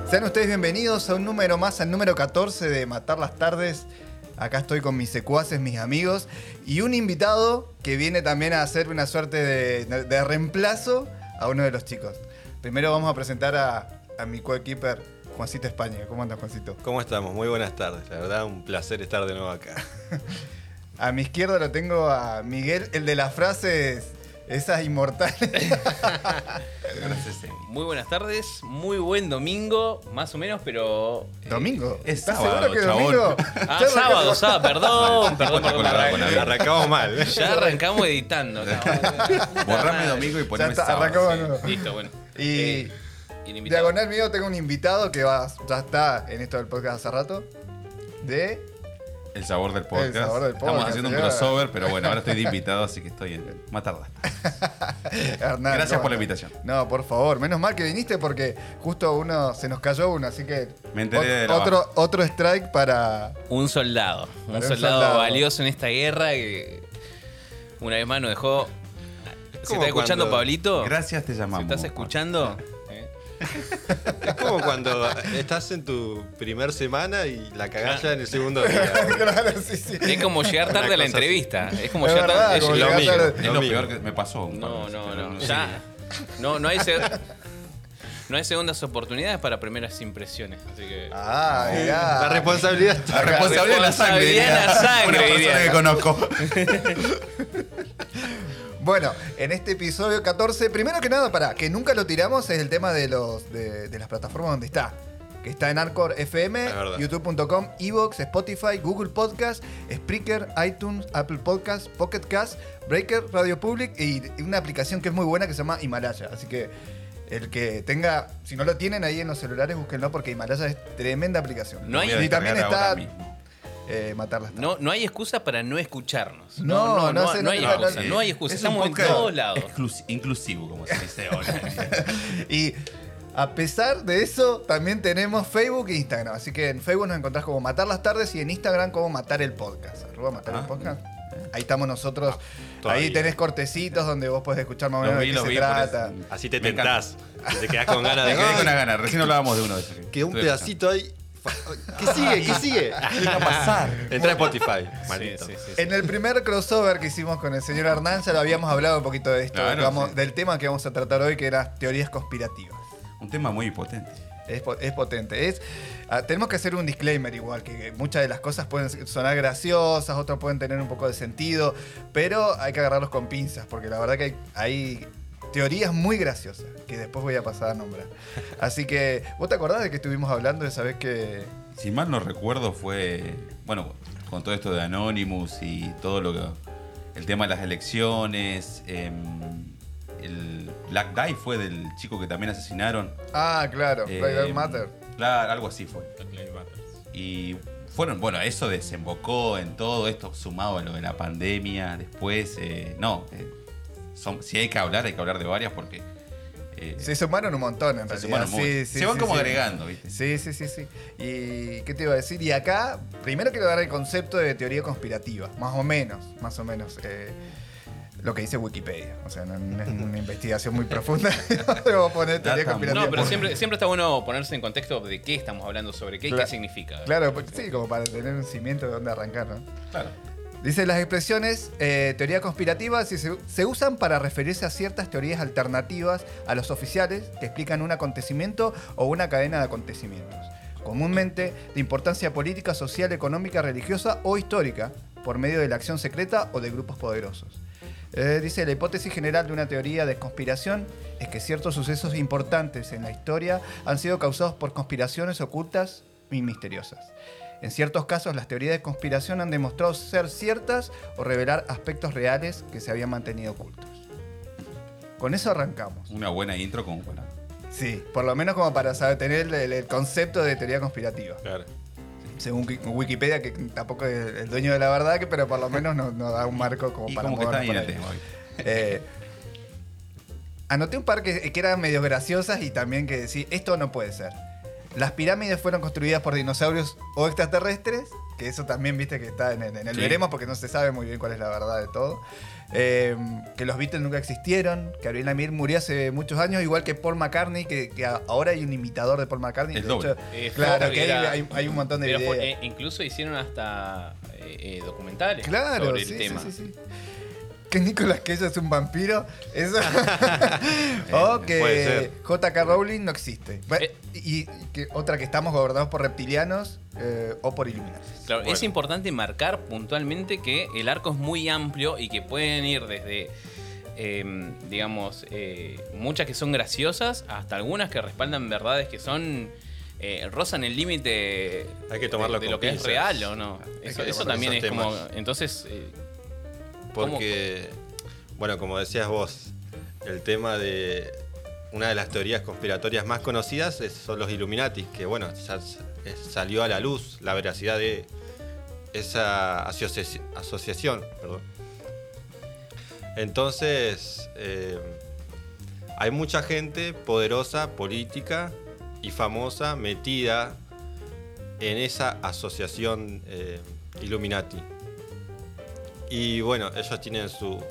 Sean ustedes bienvenidos a un número más, al número 14 de Matar las Tardes. Acá estoy con mis secuaces, mis amigos, y un invitado que viene también a hacer una suerte de reemplazo a uno de los chicos. Primero vamos a presentar a mi coequiper, Juancito España. ¿Cómo andas, Juancito? ¿Cómo estamos? Muy buenas tardes. La verdad, un placer estar de nuevo acá. A mi izquierda lo tengo a Miguel, el de las frases esas inmortales. Muy buenas tardes, muy buen domingo, más o menos, pero... ¿Domingo? Es ¿Estás sábado, seguro que chabón. domingo? Sábado, perdón. Arrancamos mal. Ya arrancamos editando. Borrame domingo y poneme Ya está, sábado. arrancamos de nuevo. Listo, bueno. Y el invitado. diagonal mío tengo un invitado que ya está en esto del podcast hace rato. De... El sabor del podcast. El sabor del Estamos podcast, haciendo un señora. crossover, pero bueno, ahora estoy de invitado, así que estoy en Matar las Tardes. Hernán, Gracias por la ¿cómo? invitación. No, por favor. Menos mal que viniste porque justo se nos cayó uno, así que... Me enteré de la otro strike para... Un soldado un soldado valioso en esta guerra que una vez más nos dejó... ¿Se está escuchando, cuando- Pablito? Gracias, te ¿Se llamamos. estás escuchando? Es como cuando estás en tu primer semana y la cagás ya en el segundo día. Claro, sí. Es como llegar tarde a la Una cosa entrevista. Es como Es llegar verdad, tarde. como lo llegar mismo. tarde. Es Lo lo mismo. peor que me pasó. un par de veces, pero No. sé. Ya. No hay no hay segundas oportunidades para primeras impresiones. Así que... Ah, mirá. La responsabilidad La responsabilidad de la sangre. Responsabilidad de la sangre, Una persona diría. que conozco. Bueno, en este episodio 14, primero que nada, que nunca lo tiramos, es el tema de las plataformas donde está. Que está en Anchor FM, Es verdad. YouTube.com, Evox, Spotify, Google Podcast, Spreaker, iTunes, Apple Podcast, Pocket Cast, Breaker, Radio Public y una aplicación que es muy buena que se llama Himalaya. Así que el que tenga, si no lo tienen ahí en los celulares, búsquenlo porque Himalaya es tremenda aplicación. No hay- Voy a Y también descargar ahora está mismo. Matar las Tardes. No hay excusa para no escucharnos. No hay excusa, No hay excusa. Es un Estamos en podcast todos lados. inclusivo, como se dice ahora. Y a pesar de eso, también tenemos Facebook e Instagram. Así que en Facebook nos encontrás como Matar las Tardes y en Instagram como Matar el Podcast. @Matar el Podcast. Ahí estamos nosotros. Todavía. Ahí tenés cortecitos donde vos podés escuchar más o Los menos de vi, qué los se vi, por trata. eso. Así te Me tentás. Te quedás con ganas Me de... quedé con las ganas. Recién hablábamos de uno de esos. Quedó un Estuve pedacito ahí. ¿Qué sigue? ¿Qué sigue? ¿Qué va a pasar? Entra a Spotify. Maldito. Sí. En el primer crossover que hicimos con el señor Hernán ya lo habíamos hablado un poquito de esto, Claro, sí. del tema que vamos a tratar hoy, que eran teorías conspirativas. Un tema muy potente. Es potente. Tenemos que hacer un disclaimer igual, que muchas de las cosas pueden sonar graciosas, otras pueden tener un poco de sentido, pero hay que agarrarlos con pinzas, porque la verdad que hay teorías muy graciosas, que después voy a pasar a nombrar. Así que, ¿vos te acordás de que estuvimos hablando esa vez que... Si mal no recuerdo fue, bueno, con todo esto de Anonymous y todo lo que... El tema de las elecciones, el Black Dye fue del chico que también asesinaron. Ah, claro, Black Lives Matter. Claro, algo así fue. Y fueron, bueno, eso desembocó en todo esto sumado a lo de la pandemia. Después, si hay que hablar de varias porque... Se sumaron un montón en se realidad. sumaron mucho. Se van como agregando, ¿viste? Sí. ¿Y qué te iba a decir? Y acá, primero quiero dar el concepto de teoría conspirativa, más o menos. Lo que dice Wikipedia. O sea, no es una investigación muy profunda. No debo poner teoría Data. conspirativa. No, pero siempre está bueno ponerse en contexto de qué estamos hablando, sobre qué y Claro. qué significa. Claro, sí, como para tener un cimiento de dónde arrancar, ¿no? Claro. Dice, las expresiones teoría conspirativa se usan para referirse a ciertas teorías alternativas a los oficiales que explican un acontecimiento o una cadena de acontecimientos, comúnmente de importancia política, social, económica, religiosa o histórica, por medio de la acción secreta o de grupos poderosos. Dice, la hipótesis general de una teoría de conspiración es que ciertos sucesos importantes en la historia han sido causados por conspiraciones ocultas y misteriosas. En ciertos casos, las teorías de conspiración han demostrado ser ciertas o revelar aspectos reales que se habían mantenido ocultos. Con eso arrancamos. Una buena intro como para... Sí, por lo menos como para saber tener el concepto de teoría conspirativa. Claro. Según Wikipedia, que tampoco es el dueño de la verdad, pero por lo menos nos da un marco como Y para como que está movernos bien por el ahí. tema. ¿viste? Anoté un par que eran medio graciosas y también que decir, esto no puede ser. Las pirámides fueron construidas por dinosaurios o extraterrestres que eso también, viste, que está en el Sí. veremos, porque no se sabe muy bien cuál es la verdad de todo. Que los Beatles nunca existieron, que Avril Lavigne murió hace muchos años, igual que Paul McCartney, que ahora hay un imitador de Paul McCartney. El de doble. hecho, claro, que era- hay un montón de pero videos. incluso hicieron hasta documentales Claro, sobre el sí, tema. sí, sí, sí. Que Nicolas Cage es un vampiro. Eso. O que Puede ser. J.K. Rowling no existe. Eh. Y que otra que estamos gobernados por reptilianos o por Illuminati. Claro, Bueno. es importante marcar puntualmente que el arco es muy amplio y que pueden ir desde, digamos, muchas que son graciosas hasta algunas que respaldan verdades que son rozan el límite Hay que tomarlo de con lo que es pinzas. real o no. Hay Eso, que eso tomar también es esos como. temas. Entonces, Porque, bueno, como decías vos, el tema de una de las teorías conspiratorias más conocidas son los Illuminati, que bueno, ya salió a la luz la veracidad de esa asociación. Perdón. Entonces, hay mucha gente poderosa, política y famosa metida en esa asociación Illuminati. Y bueno, ellos tienen su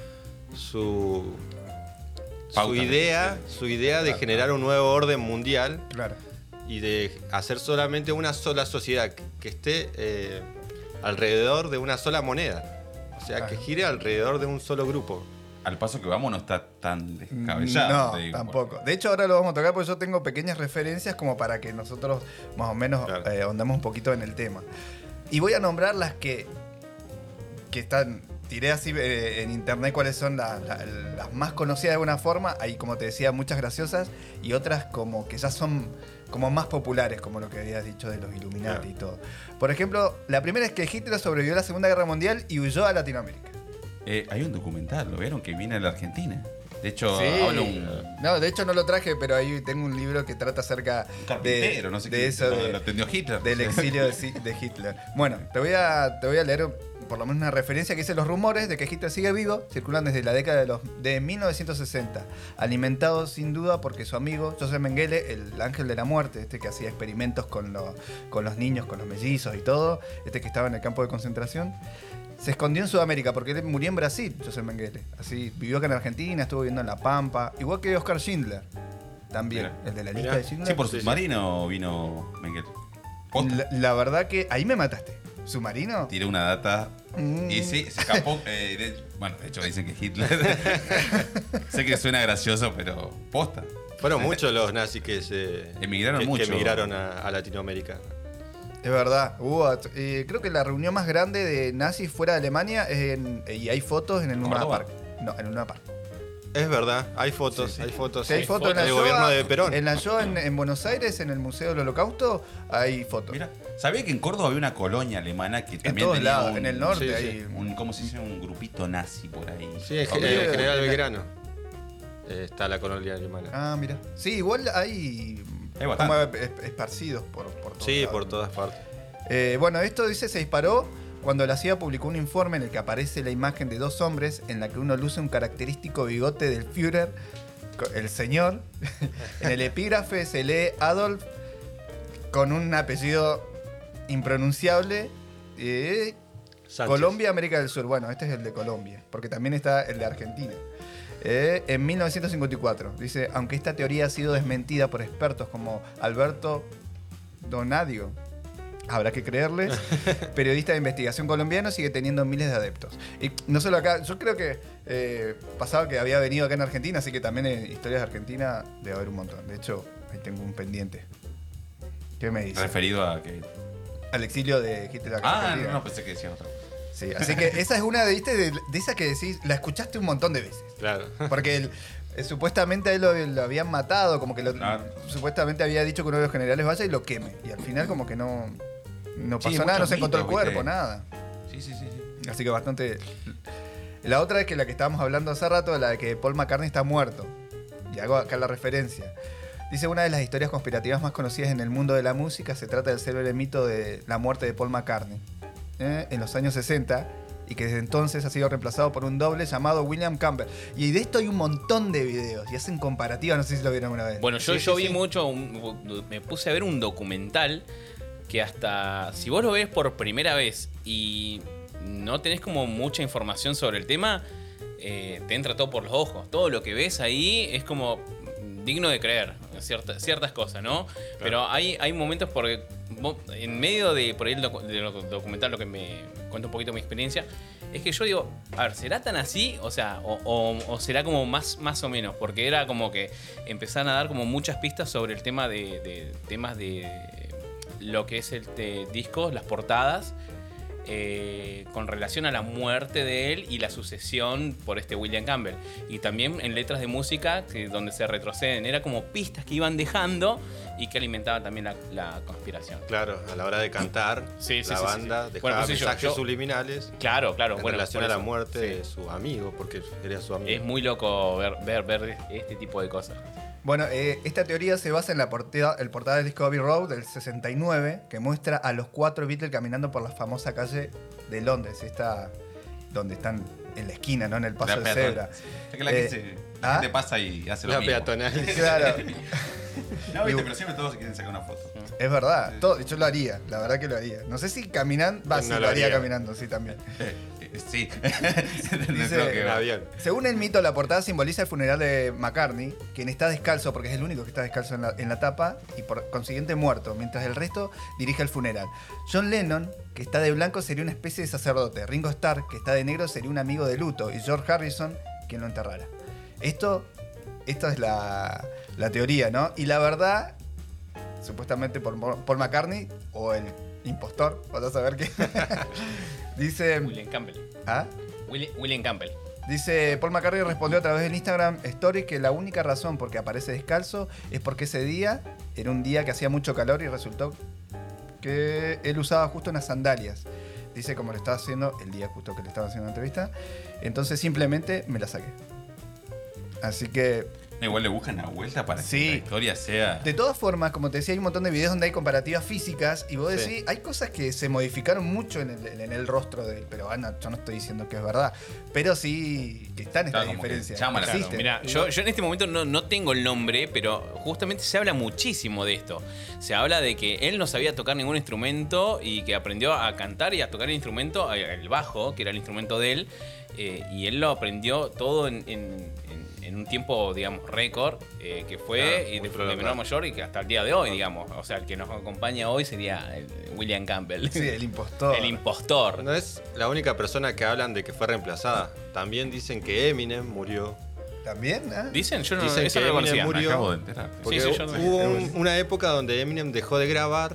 Pauta de idea de generar un nuevo orden mundial Claro. y de hacer solamente una sola sociedad que esté alrededor de una sola moneda. O sea, que gire alrededor de un solo grupo. Al paso que vamos no está tan descabellado. No, te digo, tampoco. De hecho, ahora lo vamos a tocar porque yo tengo pequeñas referencias como para que nosotros más o menos Claro. ahondemos un poquito en el tema. Y voy a nombrar las que están. Tiré así en internet cuáles son las más conocidas de alguna forma. Hay, como te decía, muchas graciosas y otras como que ya son como más populares, como lo que habías dicho de los Illuminati Claro. y todo. Por ejemplo, la primera es que Hitler sobrevivió a la Segunda Guerra Mundial y huyó a Latinoamérica. Hay un documental, ¿lo vieron? Que viene a la Argentina. De hecho, Sí. habla un No, de hecho no lo traje, pero ahí tengo un libro que trata acerca carpintero, no sé de qué. eso, lo atendió Hitler. del exilio de Hitler. Bueno, te voy a leer por lo menos una referencia que dice: los rumores de que Hitler sigue vivo circulan desde la década de 1960, alimentados sin duda porque su amigo Joseph Mengele, el ángel de la muerte, este que hacía experimentos con los niños, con los mellizos y todo, este que estaba en el campo de concentración, se escondió en Sudamérica porque él murió en Brasil, Joseph Mengele. Así, vivió acá en Argentina, estuvo viviendo en La Pampa, igual que Oscar Schindler, también, Mira. el de la Mira. lista de Schindler. Sí, por Sí, sí. submarino vino Mengele. Posta. La verdad que ahí me mataste. ¿Submarino? Tiré una data Mm. y sí, se escapó. Bueno, de hecho dicen que Hitler. Sé que suena gracioso, pero posta. Fueron muchos los nazis que Emigraron que mucho. emigraron a Latinoamérica. Es verdad. Creo que la reunión más grande de nazis fuera de Alemania es y hay fotos en el Luna ¿Córdoba? Park. No, en el Luna Park. Es verdad, hay fotos, Sí, sí. hay fotos. Sí, hay fotos en la del Shoah, gobierno de Perón. En la Shoah en Buenos Aires, en el Museo del Holocausto, hay fotos. Mira, ¿sabía que en Córdoba había una colonia alemana que En también todos tenía lados, en el norte Sí, hay. ¿cómo se dice? Un grupito nazi por ahí. Sí, es Ok. General Belgrano. Está la colonia alemana. Ah, mira. Sí, igual hay. Hay como bastante. esparcidos por todos Sí, lados. por todas partes. Bueno, esto dice se disparó cuando la CIA publicó un informe en el que aparece la imagen de dos hombres en la que uno luce un característico bigote del Führer, el señor. En el epígrafe se lee Adolf con un apellido impronunciable. Sánchez. Colombia, América del Sur. Bueno, este es el de Colombia, porque también está el de Argentina. En 1954. Dice, aunque esta teoría ha sido desmentida por expertos como Alberto Donadio, habrá que creerles, periodista de investigación colombiano, sigue teniendo miles de adeptos. Y no solo acá, yo creo que pasaba que había venido acá en Argentina, así que también en historias de Argentina debe haber un montón. De hecho, ahí tengo un pendiente. ¿Qué me dice? Referido a que. Al exilio de Hitler acá en Ah, Argentina. no, pensé que decías otra cosa. Sí, así que esa es una de esas que decís, la escuchaste un montón de veces. Claro. Porque supuestamente a él lo habían matado, como que Claro. supuestamente había dicho que uno de los generales vaya y lo queme. Y al final como que no pasó Sí, nada, no muchos se encontró el mitos, cuerpo, ¿viste? nada. Sí, sí, sí. sí. Así que bastante... La otra es que la que estábamos hablando hace rato, la de que Paul McCartney está muerto. Y hago acá la referencia. Dice, una de las historias conspirativas más conocidas en el mundo de la música se trata del célebre mito de la muerte de Paul McCartney en los años 60 y que desde entonces ha sido reemplazado por un doble llamado William Campbell. Y de esto hay un montón de videos y hacen comparativas, no sé si lo vieron una vez. Bueno, yo Sí, sí, vi sí. mucho, me puse a ver un documental que hasta si vos lo ves por primera vez y no tenés como mucha información sobre el tema, te entra todo por los ojos. Todo lo que ves ahí es como digno de creer, ciertas cosas, ¿no? Claro. Pero hay momentos porque vos, en medio de por ahí de lo documental, lo que me cuenta un poquito mi experiencia, es que yo digo, a ver, ¿será tan así? O sea, o será como más o menos, porque era como que empezaron a dar como muchas pistas sobre el tema de temas de lo que es el discos, las portadas, con relación a la muerte de él y la sucesión por William Campbell. Y también en letras de música, donde se retroceden. Era como pistas que iban dejando y que alimentaban también la conspiración. Claro, a la hora de cantar, la banda dejaba mensajes subliminales. Claro. En relación a la muerte de su amigo, porque era su amigo. Es muy loco ver este tipo de cosas. Bueno, esta teoría se basa en el portada del disco Abbey Road del 69, que muestra a los 4 Beatles caminando por la famosa calle de Londres, esta donde están en la esquina, ¿no? En el paso de cebra. Es que la gente pasa y hace lo mismo. La peatonal. Claro. No, viste, pero siempre todos se quieren sacar una foto. Es verdad, yo lo haría, la verdad que lo haría. No sé si caminando, sí, lo haría caminando, sí, también. Sí. Dice, según el mito, la portada simboliza el funeral de McCartney, quien está descalzo, porque es el único que está descalzo en la tapa, y por consiguiente muerto, mientras el resto dirige el funeral. John Lennon, que está de blanco, sería una especie de sacerdote. Ringo Starr, que está de negro, sería un amigo de luto. Y George Harrison, quien lo enterrara. Esto es la teoría, ¿no? Y la verdad, supuestamente por Paul McCartney, o el impostor, vas a saber qué. Dice... William Campbell. ¿Ah? William Campbell. Dice, Paul McCartney respondió a través del Instagram Story que la única razón por que aparece descalzo es porque ese día era un día que hacía mucho calor y resultó que él usaba justo unas sandalias. Dice, como le estaba haciendo el día justo que le estaba haciendo la entrevista. Entonces simplemente me la saqué. Así que... Igual le buscan una vuelta para que la historia sea... De todas formas, como te decía, hay un montón de videos donde hay comparativas físicas y vos decís, hay cosas que se modificaron mucho en el rostro de él, pero yo no estoy diciendo que es verdad, pero sí que están estas diferencias. Mira, yo en este momento no tengo el nombre, pero justamente se habla muchísimo de esto. Se habla de que él no sabía tocar ningún instrumento y que aprendió a cantar y a tocar el instrumento, el bajo, que era el instrumento de él, y él lo aprendió todo en un tiempo, digamos, récord, que fue de menor a mayor y que hasta el día de hoy, digamos. O sea, el que nos acompaña hoy sería William Campbell. Sí, el impostor. El impostor. No es la única persona que hablan de que fue reemplazada. También dicen que Eminem murió. ¿También? ¿Ah? Dicen, yo no dicen que Eminem murió. Me acabo de enterar. Porque hubo una época donde Eminem dejó de grabar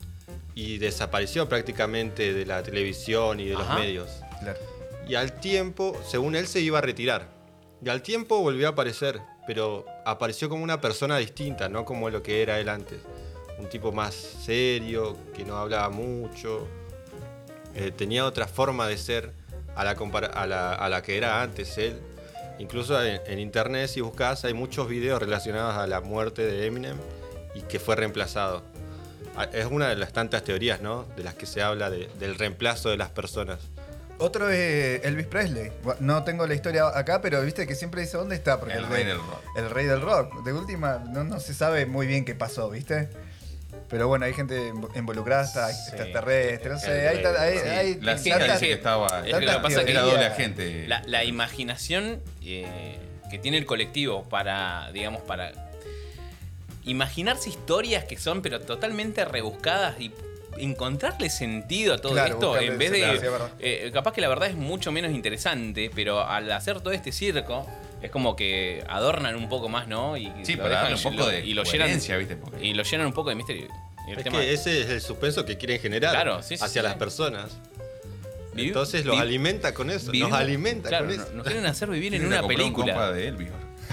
y desapareció prácticamente de la televisión y de los medios. Claro. Y al tiempo, según él, se iba a retirar. Y al tiempo volvió a aparecer, pero apareció como una persona distinta, no como lo que era él antes. Un tipo más serio, que no hablaba mucho. Tenía otra forma de ser a la que era antes él. Incluso en internet, si buscas, hay muchos videos relacionados a la muerte de Eminem y que fue reemplazado. Es una de las tantas teorías, ¿no?, de las que se habla del reemplazo de las personas. Otro es Elvis Presley. No tengo la historia acá, pero viste que siempre dice dónde está. Porque el rey del rock. El rey del rock. De última, no se sabe muy bien qué pasó, ¿viste? Pero bueno, hay gente involucrada, hasta extraterrestres, no sé. Hay la gente dice que estaba... Es que lo que pasa es que era doble agente. La imaginación que tiene el colectivo para, digamos, para imaginarse historias que son pero totalmente rebuscadas y encontrarle sentido a todo esto, en vez de... capaz que la verdad es mucho menos interesante, pero al hacer todo este circo, es como que adornan un poco más, ¿no? Y sí, para darle un poco de coherencia, ¿viste? Y lo llenan un poco de misterio. Que ese es el suspenso que quieren generar hacia las personas. Entonces los alimenta con eso. Nos alimenta con eso. Nos quieren hacer vivir en una película. Un compa de Elvis.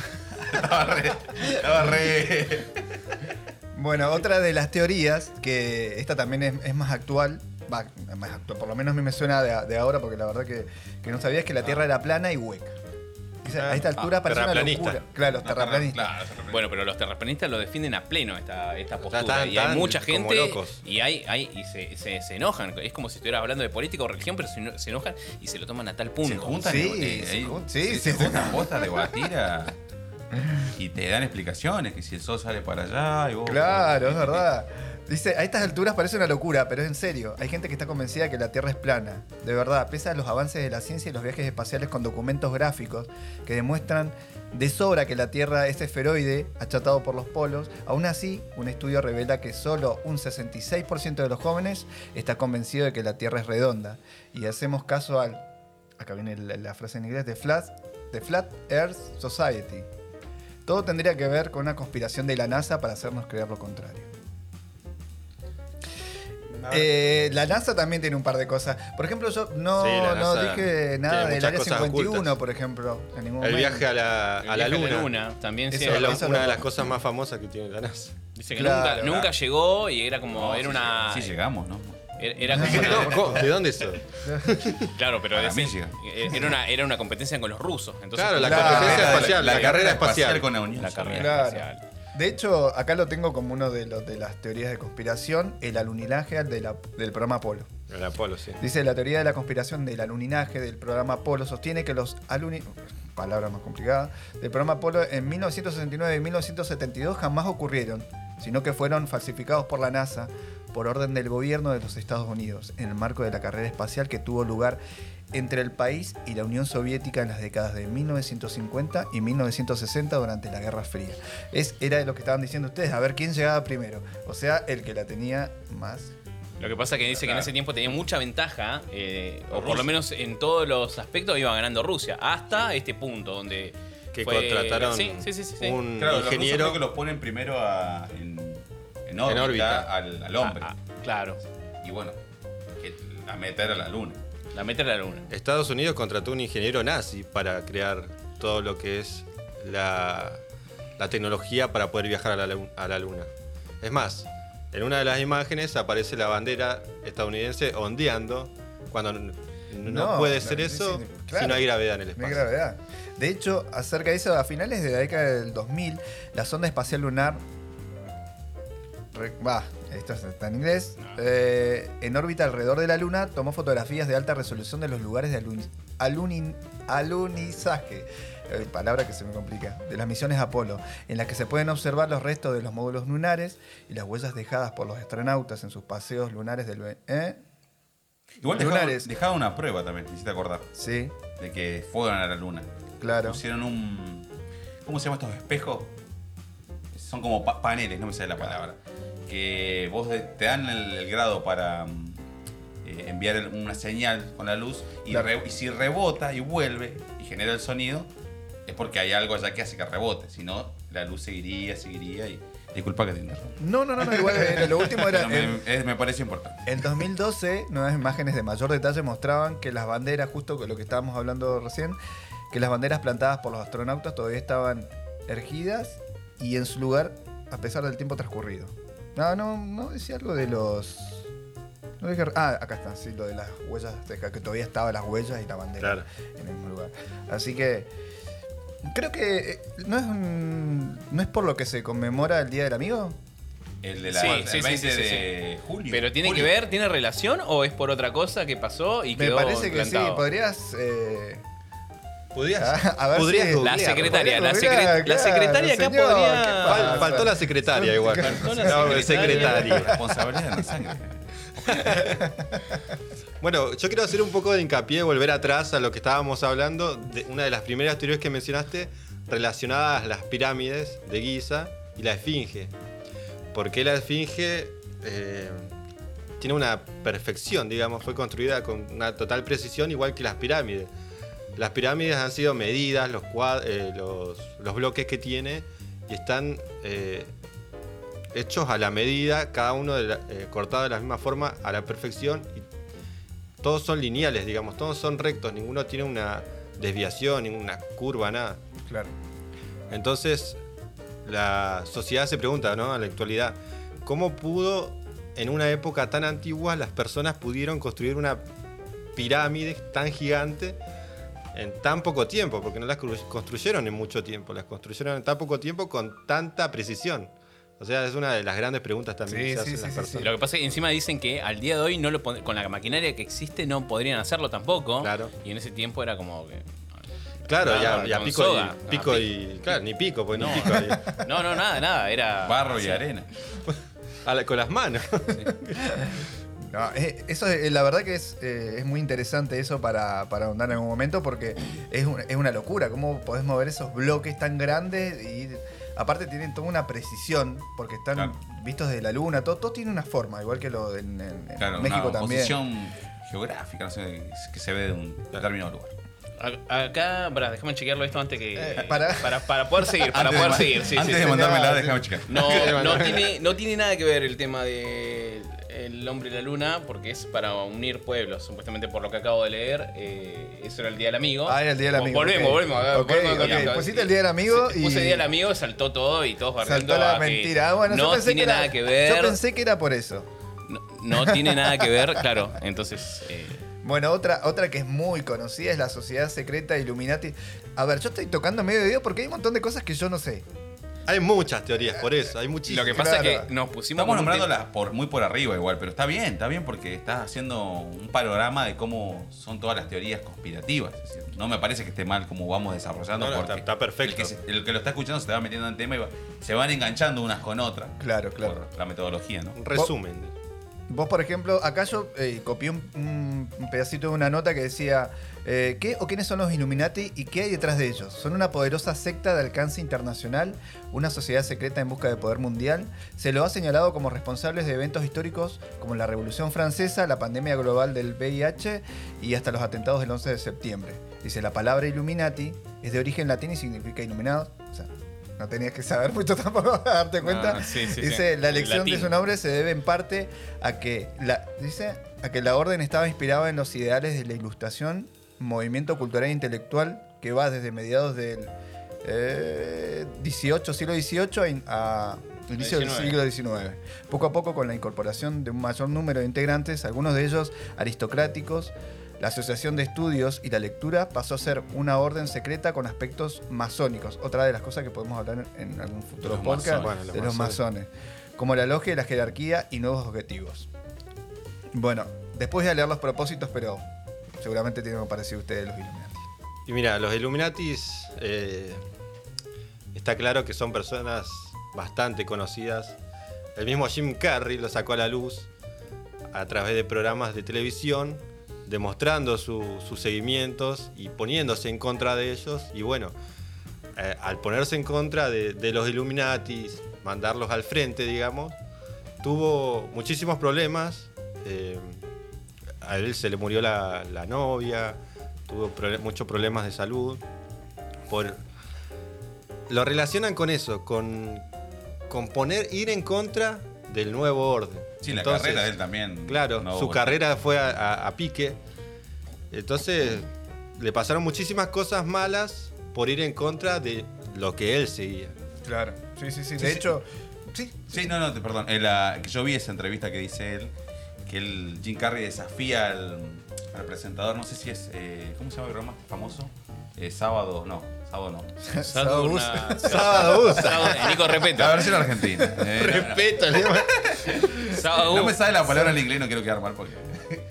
Estaba re... Bueno, otra de las teorías, que esta también es más actual, por lo menos a mí me suena de ahora, porque la verdad que no sabía, es que la Tierra era plana y hueca. A esta altura parece una locura. Claro, los terraplanistas. Bueno, pero los terraplanistas lo defienden a pleno esta postura. Y hay mucha gente y se enojan. Es como si estuvieras hablando de política o religión, pero se enojan y se lo toman a tal punto. Se juntan se juntan botas de batira. Y te dan explicaciones, que si el sol sale para allá y vos... Claro, es verdad. Dice, a estas alturas parece una locura, pero es en serio. Hay gente que está convencida que la Tierra es plana. De verdad, pese a los avances de la ciencia y los viajes espaciales con documentos gráficos que demuestran de sobra que la Tierra es esferoide, achatado por los polos, aún así, un estudio revela que solo un 66% de los jóvenes está convencido de que la Tierra es redonda. Y hacemos caso al... Acá viene la frase en inglés, The Flat Earth Society. Todo tendría que ver con una conspiración de la NASA para hacernos creer lo contrario. La NASA también tiene un par de cosas. Por ejemplo, yo no dije nada del Área 51, ocultas. Por ejemplo. En ningún el momento. viaje a la Luna. También es una de las cosas más famosas que tiene la NASA. Dice que nunca llegó y era como... era una... Sí llegamos, ¿no? Era como una... ¿De dónde eso? Claro, pero era una competencia con los rusos. Entonces, claro, la competencia espacial, la carrera espacial con la Unión. La carrera espacial. De hecho, acá lo tengo como uno de las teorías de conspiración, el alunizaje del programa Apolo. El Apolo, sí. Dice, la teoría de la conspiración del alunizaje del programa Apolo sostiene que los palabra más complicada, del programa Apolo en 1969 y 1972 jamás ocurrieron, sino que fueron falsificados por la NASA por orden del gobierno de los Estados Unidos, en el marco de la carrera espacial que tuvo lugar entre el país y la Unión Soviética en las décadas de 1950 y 1960 durante la Guerra Fría. Era de lo que estaban diciendo ustedes, a ver quién llegaba primero. O sea, el que la tenía más. Lo que pasa es que dice que en ese tiempo tenía mucha ventaja, o por lo menos en todos los aspectos iba ganando Rusia, hasta este punto donde... Que contrataron un ingeniero... Creo que los ponen primero en órbita al hombre. Claro. Y bueno, a meter a la Luna. Estados Unidos contrató un ingeniero nazi para crear todo lo que es la tecnología para poder viajar a la Luna. Es más, en una de las imágenes aparece la bandera estadounidense ondeando cuando no puede ser eso si no hay gravedad en el espacio. No hay gravedad. De hecho, acerca de eso, a finales de la década del 2000, la sonda espacial lunar esto está en inglés. En órbita alrededor de la Luna, tomó fotografías de alta resolución de los lugares de alunizaje, palabra que se me complica, de las misiones Apolo, en las que se pueden observar los restos de los módulos lunares y las huellas dejadas por los astronautas en sus paseos lunares del... Igual dejaron una prueba también, me hiciste acordar. Sí. De que fueron a la Luna. Claro. Pusieron un... ¿Cómo se llama estos espejos? Son como paneles, no me sale la palabra. Que vos te dan el grado para enviar una señal con la luz y si rebota y vuelve y genera el sonido, es porque hay algo allá que hace que rebote. Si no, la luz seguiría y... Disculpa que te interrumpa. No, igual lo último era... me parece importante. En 2012, nuevas imágenes de mayor detalle mostraban que las banderas, justo con lo que estábamos hablando recién, que las banderas plantadas por los astronautas todavía estaban erguidas y en su lugar a pesar del tiempo transcurrido. No decía algo de los... No dije... acá está, sí, lo de las huellas, que todavía estaban las huellas y la bandera en el mismo lugar. Así que creo que no es por lo que se conmemora el Día del Amigo. El de el 20 de julio. Pero tiene que ver, ¿tiene relación o es por otra cosa que pasó y quedó Me parece que plantado? sí, podrías... Podrías la secretaria acá señor, podría... Faltó la secretaria igual. Secretaria. Responsabilidad en la sangre. Bueno, yo quiero hacer un poco de hincapié, volver atrás a lo que estábamos hablando, de una de las primeras teorías que mencionaste, relacionadas a las pirámides de Giza y la Esfinge. Porque la Esfinge tiene una perfección, digamos, fue construida con una total precisión, igual que las pirámides. Las pirámides han sido medidas, los bloques que tiene, y están hechos a la medida, cada uno cortado de la misma forma, a la perfección. Y todos son lineales, digamos, todos son rectos, ninguno tiene una desviación, ninguna curva, nada. Claro. Entonces, la sociedad se pregunta, ¿no? En la actualidad, ¿cómo pudo, en una época tan antigua, las personas pudieron construir una pirámide tan gigante en tan poco tiempo? Porque no las construyeron en mucho tiempo, las construyeron en tan poco tiempo con tanta precisión. O sea, es una de las grandes preguntas también que se hacen las personas. Lo que pasa es que encima dicen que al día de hoy con la maquinaria que existe no podrían hacerlo tampoco. Claro. Y en ese tiempo era como que... Claro, ya con pico soga. y... Claro, ni pico, pues No. ni pico. No, nada, era... Barro y arena. Con las manos. No, eso la verdad que es muy interesante eso para ahondar en algún momento porque es una locura. ¿Cómo podés mover esos bloques tan grandes? Y aparte tienen toda una precisión porque están vistos desde la luna. Todo tiene una forma, igual que lo en México una también. posición geográfica, no sé, que se ve de un determinado lugar. Acá, déjame chequearlo esto antes que. para poder seguir, sí, Antes sí, de sí. mandármela, déjame checar. No tiene nada que ver el tema de el hombre y la luna, porque es para unir pueblos, supuestamente por lo que acabo de leer. Eso era el Día del Amigo. Ah, era el Día del Amigo. Volvemos. Ok. Pusiste el Día del Amigo y... Puse el Día del Amigo, saltó todo y todos barriendo. Saltó la mentira. Bueno, no tiene nada que ver. Yo pensé que era por eso. No tiene nada que ver, claro. Entonces... Bueno, otra que es muy conocida es la Sociedad Secreta Illuminati. A ver, yo estoy tocando medio de video porque hay un montón de cosas que yo no sé. Hay muchas teorías, por eso, hay muchísimas. Lo que pasa es Claro. que nos pusimos... Estamos nombrándolas muy por arriba igual, pero está bien porque estás haciendo un panorama de cómo son todas las teorías conspirativas. Es decir, no me parece que esté mal cómo vamos desarrollando. No, porque está perfecto. El que lo está escuchando se te va metiendo en el tema y se van enganchando unas con otras. Claro. Por la metodología, ¿no? Un resumen. Vos, por ejemplo, acá yo copié un pedacito de una nota que decía ¿qué o quiénes son los Illuminati y qué hay detrás de ellos? Son una poderosa secta de alcance internacional, una sociedad secreta en busca de poder mundial. Se lo ha señalado como responsables de eventos históricos como la Revolución Francesa, la pandemia global del VIH y hasta los atentados del 11 de septiembre. Dice, la palabra Illuminati es de origen latín y significa iluminados. O sea, no tenías que saber mucho tampoco para darte cuenta. Dice, la elección de su nombre se debe en parte a que la orden estaba inspirada en los ideales de la Ilustración, movimiento cultural e intelectual que va desde mediados del siglo XVIII a inicio del siglo XIX. Poco a poco, con la incorporación de un mayor número de integrantes, algunos de ellos aristocráticos, la Asociación de Estudios y la Lectura pasó a ser una orden secreta con aspectos masónicos. Otra de las cosas que podemos hablar en algún futuro podcast de los masones. Como la logia y la jerarquía y nuevos objetivos. Bueno, después de leer los propósitos, pero seguramente tienen que parecer ustedes los Illuminati. Y mira, los Illuminatis está claro que son personas bastante conocidas. El mismo Jim Carrey lo sacó a la luz a través de programas de televisión, demostrando sus seguimientos y poniéndose en contra de ellos. Y bueno, al ponerse en contra de los Illuminati, mandarlos al frente, digamos, tuvo muchísimos problemas. A él se le murió la novia, tuvo muchos problemas de salud. Lo relacionan con eso, con ir en contra del nuevo orden. Sí, entonces, la carrera de él también. Claro, su carrera fue a pique. Entonces le pasaron muchísimas cosas malas por ir en contra de lo que él seguía. Claro, sí. De hecho, sí. Sí, no, perdón. Que yo vi esa entrevista que dice él, que Jim Carrey desafía al presentador, no sé si es, ¿cómo se llama el programa famoso? Sábado no. Sábado Nico, respeta. La versión argentina. Respeto. No me sale la palabra en inglés, no quiero quedar mal porque...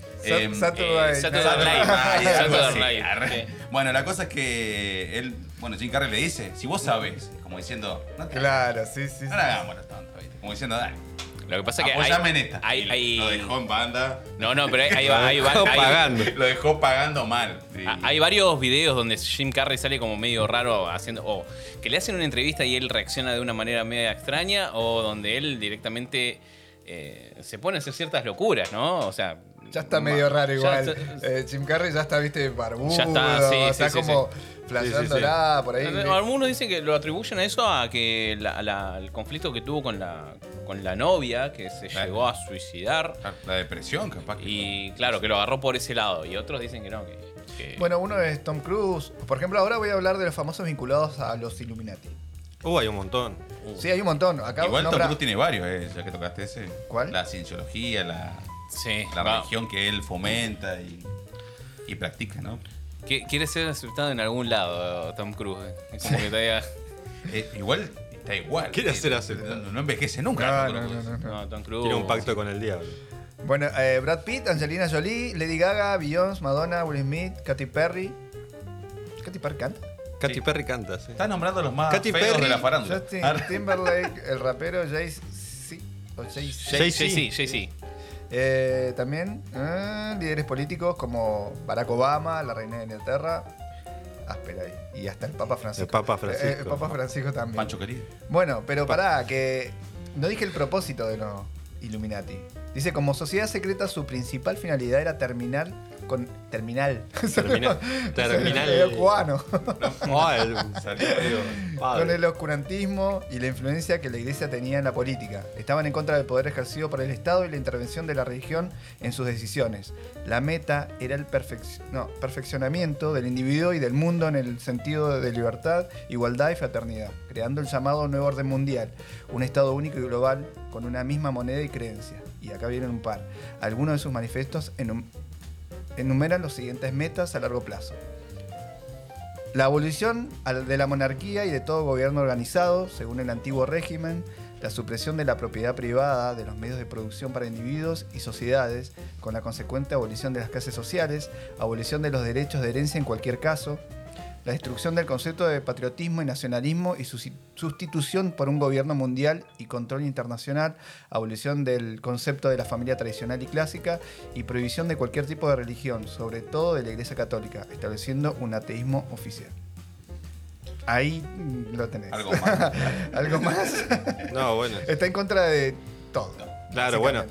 Saturday Night. Bueno, la cosa es que Jim Carrey le dice, si vos sabés, como diciendo... Claro, sí. No la hagamos los tontos, ¿viste? Como diciendo, dale. Lo que pasa es que apoyame en esta. Lo dejó en banda. No, pero hay pagando. Lo dejó pagando mal. Sí. Hay varios videos donde Jim Carrey sale como medio raro haciendo... O que le hacen una entrevista y él reacciona de una manera media extraña, o donde él directamente se pone a hacer ciertas locuras, ¿no? O sea... Ya está medio raro igual. Está, Jim Carrey ya está, viste, barbudo. Ya está, está como flasheándola por ahí. Algunos dicen que lo atribuyen a eso, a que el conflicto que tuvo con la novia, que se llegó a suicidar. La depresión, capaz. Y claro, que lo agarró por ese lado. Y otros dicen que no. Bueno, uno es Tom Cruise. Por ejemplo, ahora voy a hablar de los famosos vinculados a los Illuminati. Hay un montón. Sí, hay un montón. Acá igual Tom Cruise tiene varios, ya que tocaste ese. ¿Cuál? La cienciología, la va. religión que él fomenta y practica, ¿no? Quiere ser aceptado en algún lado, Tom Cruise. Es como que todavía... igual está igual. Quiere ser aceptado. No envejece nunca. No, Tom Cruise. Tiene un pacto con el diablo. Bueno, Brad Pitt, Angelina Jolie, Lady Gaga, Beyoncé, Madonna, Will Smith, Katy Perry. ¿Katy Perry canta? Katy Perry canta, sí. Está nombrando los más Katy feos Perry, de la farándula. Justin Timberlake, el rapero Jay-Z. Jay-Z. También líderes políticos como Barack Obama, la reina de Inglaterra. Áspera ahí. Y hasta el Papa Francisco. El Papa Francisco. El Papa Francisco también. Pancho querido. Bueno, pero pará, que no dije el propósito de los Illuminati. Dice, como sociedad secreta, su principal finalidad era terminal. Terminal. Cubano. Salió medio padre. Con el oscurantismo y la influencia que la iglesia tenía en la política. Estaban en contra del poder ejercido por el Estado y la intervención de la religión en sus decisiones. La meta era el perfeccionamiento del individuo y del mundo en el sentido de libertad, igualdad y fraternidad, creando el llamado nuevo orden mundial, un Estado único y global con una misma moneda y creencia. Y acá vienen un par. Algunos de sus manifestos enumeran los siguientes metas a largo plazo. La abolición de la monarquía y de todo gobierno organizado, según el antiguo régimen, la supresión de la propiedad privada, de los medios de producción para individuos y sociedades, con la consecuente abolición de las clases sociales, abolición de los derechos de herencia en cualquier caso, la destrucción del concepto de patriotismo y nacionalismo y su sustitución por un gobierno mundial y control internacional, abolición del concepto de la familia tradicional y clásica y prohibición de cualquier tipo de religión, sobre todo de la Iglesia Católica, estableciendo un ateísmo oficial. Ahí lo tenés. Algo más. ¿Algo más? No, bueno. Está en contra de todo. Claro, bueno,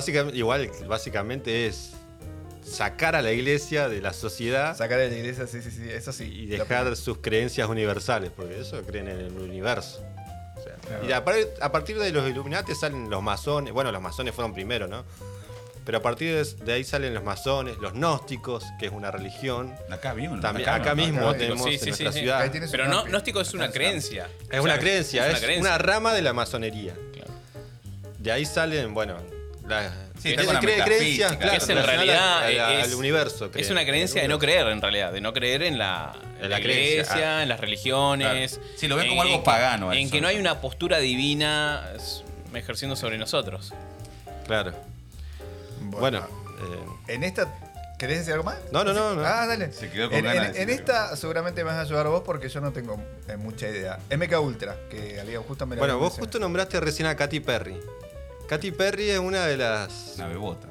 básicamente es sacar a la iglesia de la sociedad Sacar de la iglesia, sí, eso sí. y dejar sus creencias universales, porque eso creen en el universo. O sea, Claro. y a partir de los Illuminati salen los masones. Bueno, los masones fueron primero, ¿no? Pero a partir de ahí salen los masones, los gnósticos, que es una religión. Acá mismo. También, acá mismo acá tenemos sí, en sí, nuestra sí. ciudad. Ahí tienes Pero un no, amplio. gnóstico es una creencia. Es una creencia, es creencia. una rama de la masonería. Claro. De ahí salen, bueno, Sí, está con la creencias, metafísica. claro, Que es en relacionadas realidad al universo. es una creencia de no creer en realidad, de no creer en la creencia. iglesia, en las religiones. Claro. Sí, lo ven como algo pagano En eso. que no hay una postura divina ejerciendo sobre nosotros. Claro. Bueno, En esta, ¿querés decir algo más? No. Ah, dale. Se quedó con ganas de En decir esta seguramente me vas a ayudar vos porque yo no tengo mucha idea. MK Ultra, que había justo me la bueno, había vos justo nombraste recién a Katy Perry. Katy Perry es una de las... Una bebota.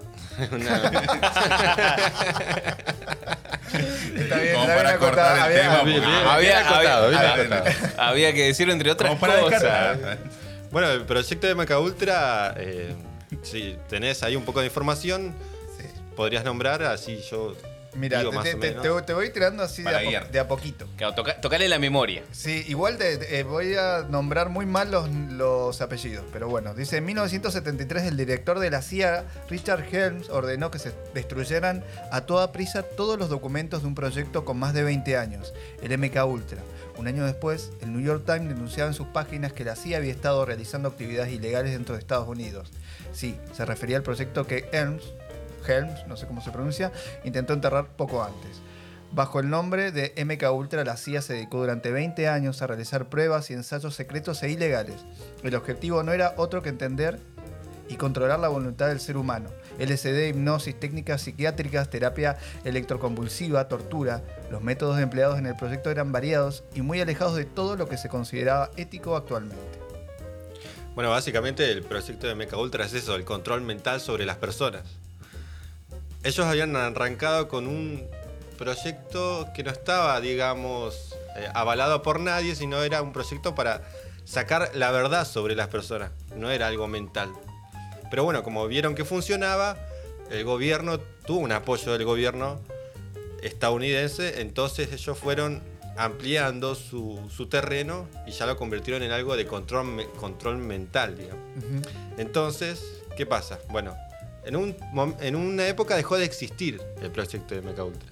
Está bien, Como la para había cortar acotado, el tema, había- porque- Bien acotado, bien acotado. Había que decirlo entre otras Como para cosas. descartar. Bueno, el proyecto de MK Ultra, si tenés ahí un poco de información, Sí. podrías nombrar, así yo Mira, digo más o menos. te voy tirando así Para de guiar. de a poquito. Claro, tocale la memoria. Sí, igual voy a nombrar muy mal los apellidos, pero bueno, dice en 1973 el director de la CIA, Richard Helms, ordenó que se destruyeran a toda prisa todos los documentos de un proyecto con más de 20 años, el MK Ultra. Un año después, el New York Times denunciaba en sus páginas que la CIA había estado realizando actividades ilegales dentro de Estados Unidos. Sí, se refería al proyecto que Helms, no sé cómo se pronuncia, intentó enterrar poco antes. Bajo el nombre de MK Ultra, la CIA se dedicó durante 20 años a realizar pruebas y ensayos secretos e ilegales. El objetivo no era otro que entender y controlar la voluntad del ser humano. LSD, hipnosis, técnicas psiquiátricas, terapia electroconvulsiva, tortura. Los métodos empleados en el proyecto eran variados y muy alejados de todo lo que se consideraba ético actualmente. Bueno, básicamente el proyecto de MK Ultra es eso, el control mental sobre las personas. Ellos habían arrancado con un proyecto que no estaba, digamos, avalado por nadie, sino era un proyecto para sacar la verdad sobre las personas, no era algo mental. Pero bueno, como vieron que funcionaba, el gobierno tuvo un apoyo del gobierno estadounidense, entonces ellos fueron ampliando su terreno y ya lo convirtieron en algo de control mental, digamos. Entonces, ¿qué pasa? Bueno, en una época dejó de existir el proyecto de MK Ultra.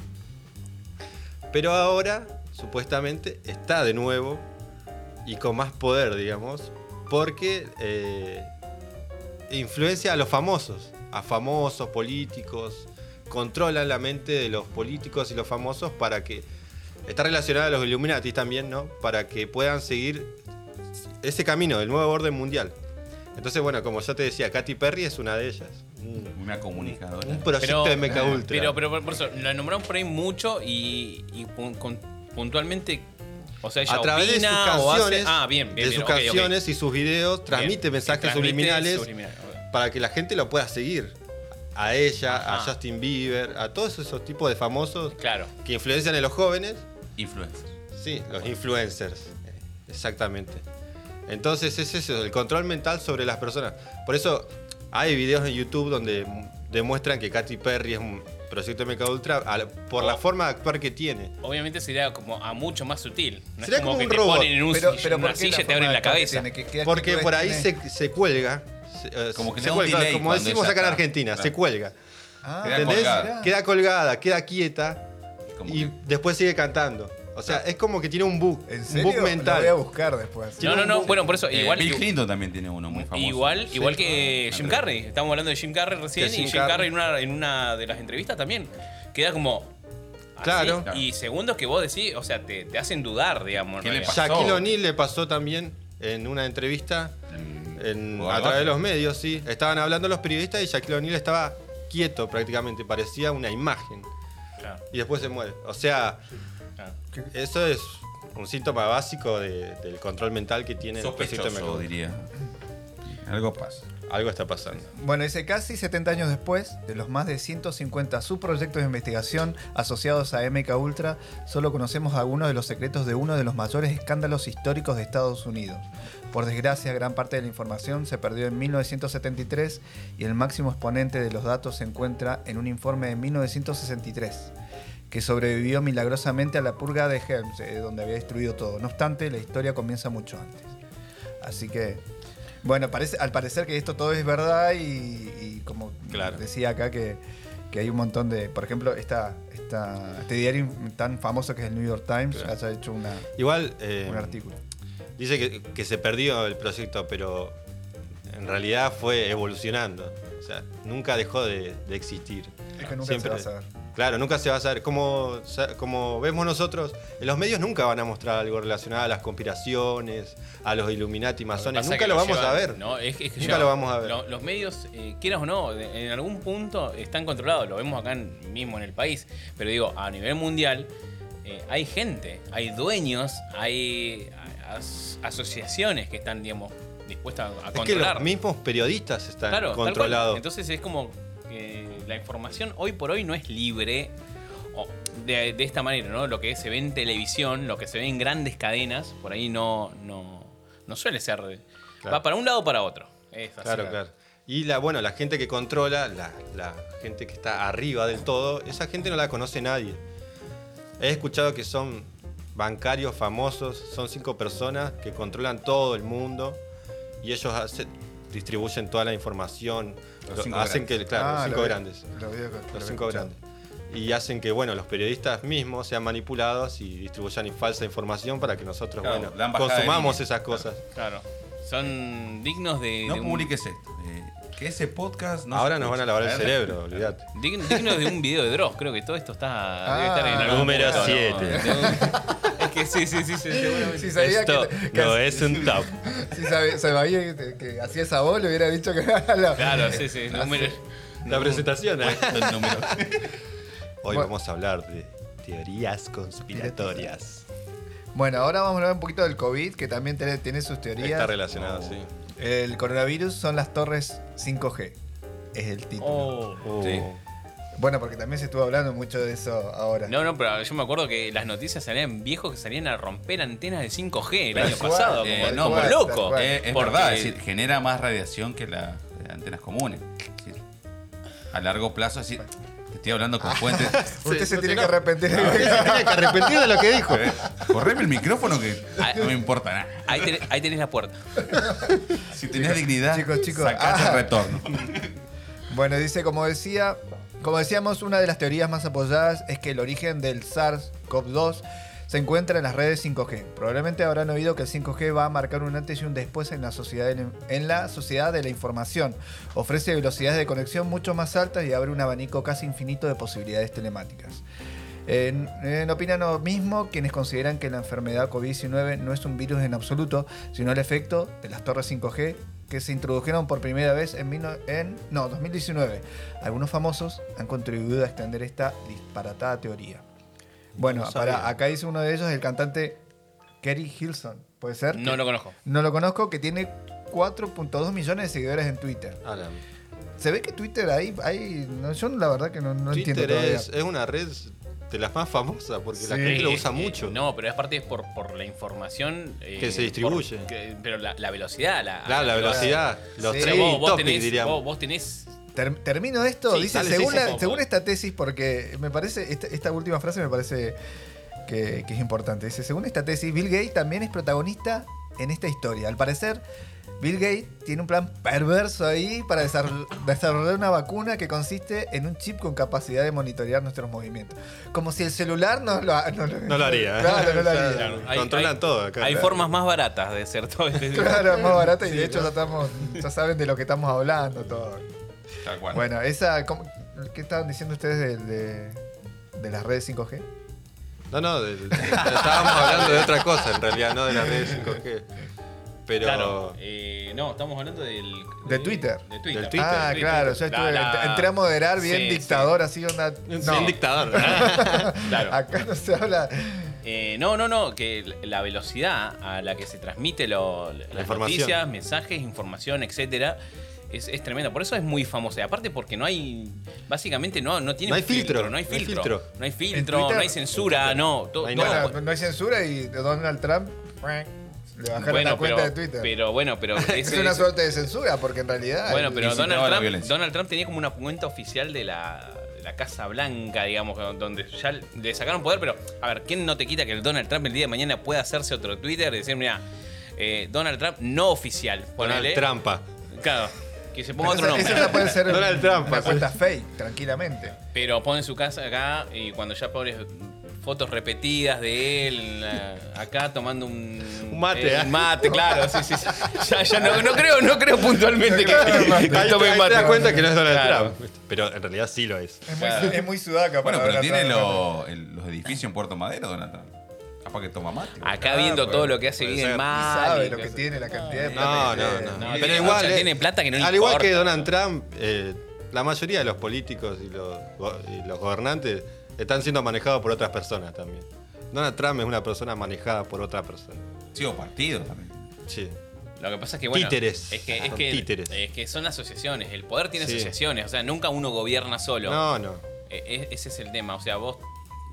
Pero ahora, supuestamente, está de nuevo y con más poder, digamos, porque influencia a famosos, políticos, controlan la mente de los políticos y los famosos para que... Está relacionada a los Illuminati también, ¿no? Para que puedan seguir ese camino del nuevo orden mundial. Entonces, bueno, como yo te decía, Katy Perry es una de ellas. Una comunicadora. Un proyecto de MK Ultra. Pero por eso, lo nombraron por ahí mucho y puntualmente, O sea, ella a través de sus opina o hace... canciones, Ah, bien, de sus ok, ok. canciones y sus videos, transmite Bien. mensajes Transmite subliminales subliminal, ok. para que la gente lo pueda seguir. A ella, a Ajá. Justin Bieber, a todos esos tipos de famosos Claro. que influencian en los jóvenes. Influencer. Sí, los influencers. Exactamente. Entonces es eso, el control mental sobre las personas. Por eso hay videos en YouTube donde demuestran que Katy Perry es un proyecto de MKUltra por la forma de actuar que tiene. Obviamente sería como a mucho más sutil. No Sería es como como que un te robot. ponen en un Pero en ¿por una qué silla y te forma abren de la actuar que cabeza. tiene? ¿Qué Porque actitudes por ahí tiene? se cuelga. Como que se le da un cuelga, delay como cuando decimos ella acá en está. Argentina, Claro. se cuelga. Ah, Queda ¿Entendés? colgada. Queda colgada, queda quieta Como y que- después sigue cantando. O sea, es como que tiene un bug. ¿En Un serio? bug Lo voy a mental. buscar después. No, bueno, por eso, igual... Bill Clinton también tiene uno muy famoso. Igual que Sí. Jim Carrey. Estamos hablando de Jim Carrey recién Que y Jim Jim Carrey Carrey en una de las entrevistas también queda como... así, Claro. Y segundos que vos decís, o sea, te hacen dudar, digamos. en ¿Qué le realidad. pasó? Shaquille O'Neal le pasó también en una entrevista a través de los medios, sí. Estaban hablando los periodistas y Shaquille O'Neal estaba quieto prácticamente, parecía una imagen. Claro, Y después se muere. O sea, claro. eso es un síntoma básico del control mental que tiene el presidente Sospechoso, McCarthy. diría. Algo pasa. Algo está pasando. Bueno, dice casi 70 años después, de los más de 150 subproyectos de investigación asociados a MKUltra, solo conocemos algunos de los secretos de uno de los mayores escándalos históricos de Estados Unidos. Por desgracia, gran parte de la información se perdió en 1973 y el máximo exponente de los datos se encuentra en un informe de 1963, que sobrevivió milagrosamente a la purga de Helms, donde había destruido todo. No obstante, la historia comienza mucho antes. Así que... Bueno, al parecer que esto todo es verdad y como Claro. decía acá que hay un montón de... Por ejemplo, este diario tan famoso que es el New York Times Claro. haya hecho Igual, un artículo. dice que se perdió el proyecto, pero en realidad fue evolucionando. O sea, nunca dejó de existir. Es que nunca Siempre- se va a saber. Claro, nunca se va a saber. Como vemos nosotros, en los medios nunca van a mostrar algo relacionado a las conspiraciones, a los Illuminati masones. Pasa Nunca que lo vamos llevan- a ver. No, es que Nunca llevan- lo vamos a ver. Los medios, quieras o no, en algún punto están controlados. Lo vemos acá mismo en el país. Pero digo, a nivel mundial, hay gente, hay dueños, hay asociaciones que están, digamos, dispuestas a Es que controlar. los mismos periodistas están Claro, tal cual. controlados. Entonces es como que la información hoy por hoy no es libre de esta manera, ¿no? Lo que se ve en televisión, lo que se ve en grandes cadenas, por ahí no suele ser. Claro. Va para un lado o para otro. Es así. Claro. Y la gente que controla, la gente que está arriba del todo, esa gente no la conoce nadie. He escuchado que son bancarios famosos, son 5 personas que controlan todo el mundo y ellos distribuyen toda la información, Los 5 hacen grandes. que, claro, los 5 lo vi- grandes. lo vi- lo Los vi 5 escuchado. grandes. Y hacen que, bueno, los periodistas mismos sean manipulados y distribuyan falsa información para que nosotros, Claro, bueno, dan bajada de consumamos línea. esas cosas. Claro. Son dignos de. No de un- publiques esto. Que ese podcast no Ahora se nos van a escuche. lavar el ver. cerebro, olvídate. Dignos de un video de Dross. Creo que todo esto debe estar en algún Número punto, ¿no? 7. Es que sí, seguramente. Si sabía Esto que no es un top. si sabía que hacía esa voz, le hubiera dicho que no. Claro, sí. Número. La presentación. ¿eh? El número. Hoy Bueno. vamos a hablar de teorías conspiratorias. Bueno, ahora vamos a hablar un poquito del COVID, que también tiene sus teorías. Está relacionado, sí. El coronavirus son las torres 5G. Es el título. Oh. Sí. Bueno, porque también se estuvo hablando mucho de eso ahora. No, pero yo me acuerdo que las noticias salían viejos que salían a romper antenas de 5G el año cual, pasado, tal como cual, loco. tal cual. Es Porque- verdad, es decir, genera más radiación que las antenas comunes. Es decir, a largo plazo, es decir, te estoy hablando con fuentes. Usted se no tiene sé, que no. arrepentir. Tiene que arrepentir de lo que dijo. Correme el micrófono que no me importa nada. Ahí tenés la puerta. Si tenés dignidad, chicos. sacás el retorno. Bueno, dice, como decíamos, una de las teorías más apoyadas es que el origen del SARS-CoV-2 se encuentra en las redes 5G. Probablemente habrán oído que el 5G va a marcar un antes y un después en la sociedad de la información. Ofrece velocidades de conexión mucho más altas y abre un abanico casi infinito de posibilidades telemáticas. Opinan lo mismo quienes consideran que la enfermedad COVID-19 no es un virus en absoluto, sino el efecto de las torres 5G que se introdujeron por primera vez en 2019. Algunos famosos han contribuido a extender esta disparatada teoría. Bueno, No sabía. acá dice uno de ellos, el cantante Kerry Hilson, ¿puede ser? No lo conozco. No lo conozco, que tiene 4.2 millones de seguidores en Twitter. Se ve que Twitter yo la verdad que no entiendo Twitter todavía. es una red de las más famosas porque la Sí. gente lo usa mucho. No, pero es parte por la información Que se distribuye. Pero la velocidad. Claro, la velocidad. Los Sí. trending vos topics, tenés, diríamos. vos tenés. Termino esto, Sí, dice, dale, según, sí, sí, según esta tesis, porque me parece, esta última frase me parece que es importante. Dice, según esta tesis, Bill Gates también es protagonista en esta historia. Al parecer, Bill Gates tiene un plan perverso ahí para desarrollar una vacuna que consiste en un chip con capacidad de monitorear nuestros movimientos. Como si el celular no lo haría. Claro, no lo haría. Claro, Controlan todo acá. Hay Claro. formas más baratas de hacer todo este Claro, más barata y de Sí, hecho ya saben de lo que estamos hablando todo. Tal cual. Bueno, ¿qué estaban diciendo ustedes de las redes 5G? No, estábamos hablando de otra cosa en realidad, no de las redes 5G. Pero Claro, no, estamos hablando De Twitter. De Twitter. Del Twitter. Claro, yo entré a moderar bien Sí, dictador, así onda. un dictador. Claro. Acá no se habla. No, que la velocidad a la que se transmite las información. noticias, mensajes, información, etcétera, es tremenda. Por eso es muy famosa. Y aparte porque básicamente no tiene No hay un filtro, no hay no hay filtro. No hay filtro, Twitter- no hay censura, no. No hay no, nada. Bueno, no hay censura y Donald Trump le bajaron la cuenta de Twitter. Pero es una suerte de censura, porque en realidad. Bueno, pero incitaba a la Donald violencia. Trump tenía como una cuenta oficial de la Casa Blanca, digamos, donde ya le sacaron poder, pero a ver, ¿quién no te quita que el Donald Trump el día de mañana pueda hacerse otro Twitter y decir, mira, Donald Trump no oficial? Donald Ponele. Trampa. Claro, que se ponga Pero otro eso nombre. ya puede ser Donald Trump, una así. cuenta fake, tranquilamente. Pero pone su casa acá y cuando ya pones fotos repetidas de él acá tomando un mate, ¿eh? un mate, claro, sí. Ya no creo puntualmente que Ahí tome te mate. das cuenta que no es Donald Claro. Trump. Pero en realidad sí lo es. Es muy sudaca Bueno, para pero Donald tiene Trump. los edificios en Puerto Madero, Donald Trump. Capaz que toma mate. Acá viendo todo lo que hace puede bien ser. mal. Sabe y lo que cosas. tiene, la cantidad de plata. No. que tiene. No, Pero tiene igual, mucha- tiene plata que no le al igual importa. que Donald Trump, la mayoría de los políticos y los gobernantes están siendo manejados por otras personas también. Donald Trump es una persona manejada por otra persona. Sí, o partidos también. Sí. Lo que pasa es que, bueno, Títeres. es Son títeres. que son asociaciones. El poder tiene Sí. asociaciones. O sea, nunca uno gobierna solo. No. Ese es el tema. O sea, vos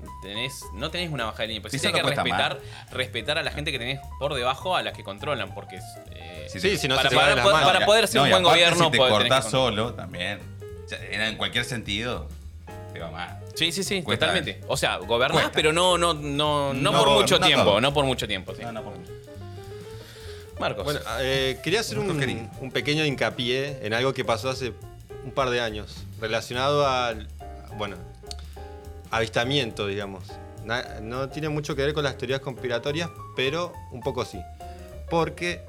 no tenés una baja de línea. Pero sí Eso tenés que no cuesta respetar a la gente que tenés por debajo, a las que controlan. Porque Sí, si no para, se te va de las manos. para poder ser No, un y buen aparte, gobierno, si te tenés que cortás controlar. solo, también. O sea, en cualquier sentido, te va mal. Sí, Cuesta. totalmente. O sea, gobernás, Cuesta. pero no por mucho no tiempo. todo. No por mucho tiempo, sí. No, por mucho. Marcos. Bueno, quería hacer Gusto querido. un pequeño hincapié en algo que pasó hace un par de años, relacionado al, avistamiento, digamos. No tiene mucho que ver con las teorías conspiratorias, pero un poco sí. Porque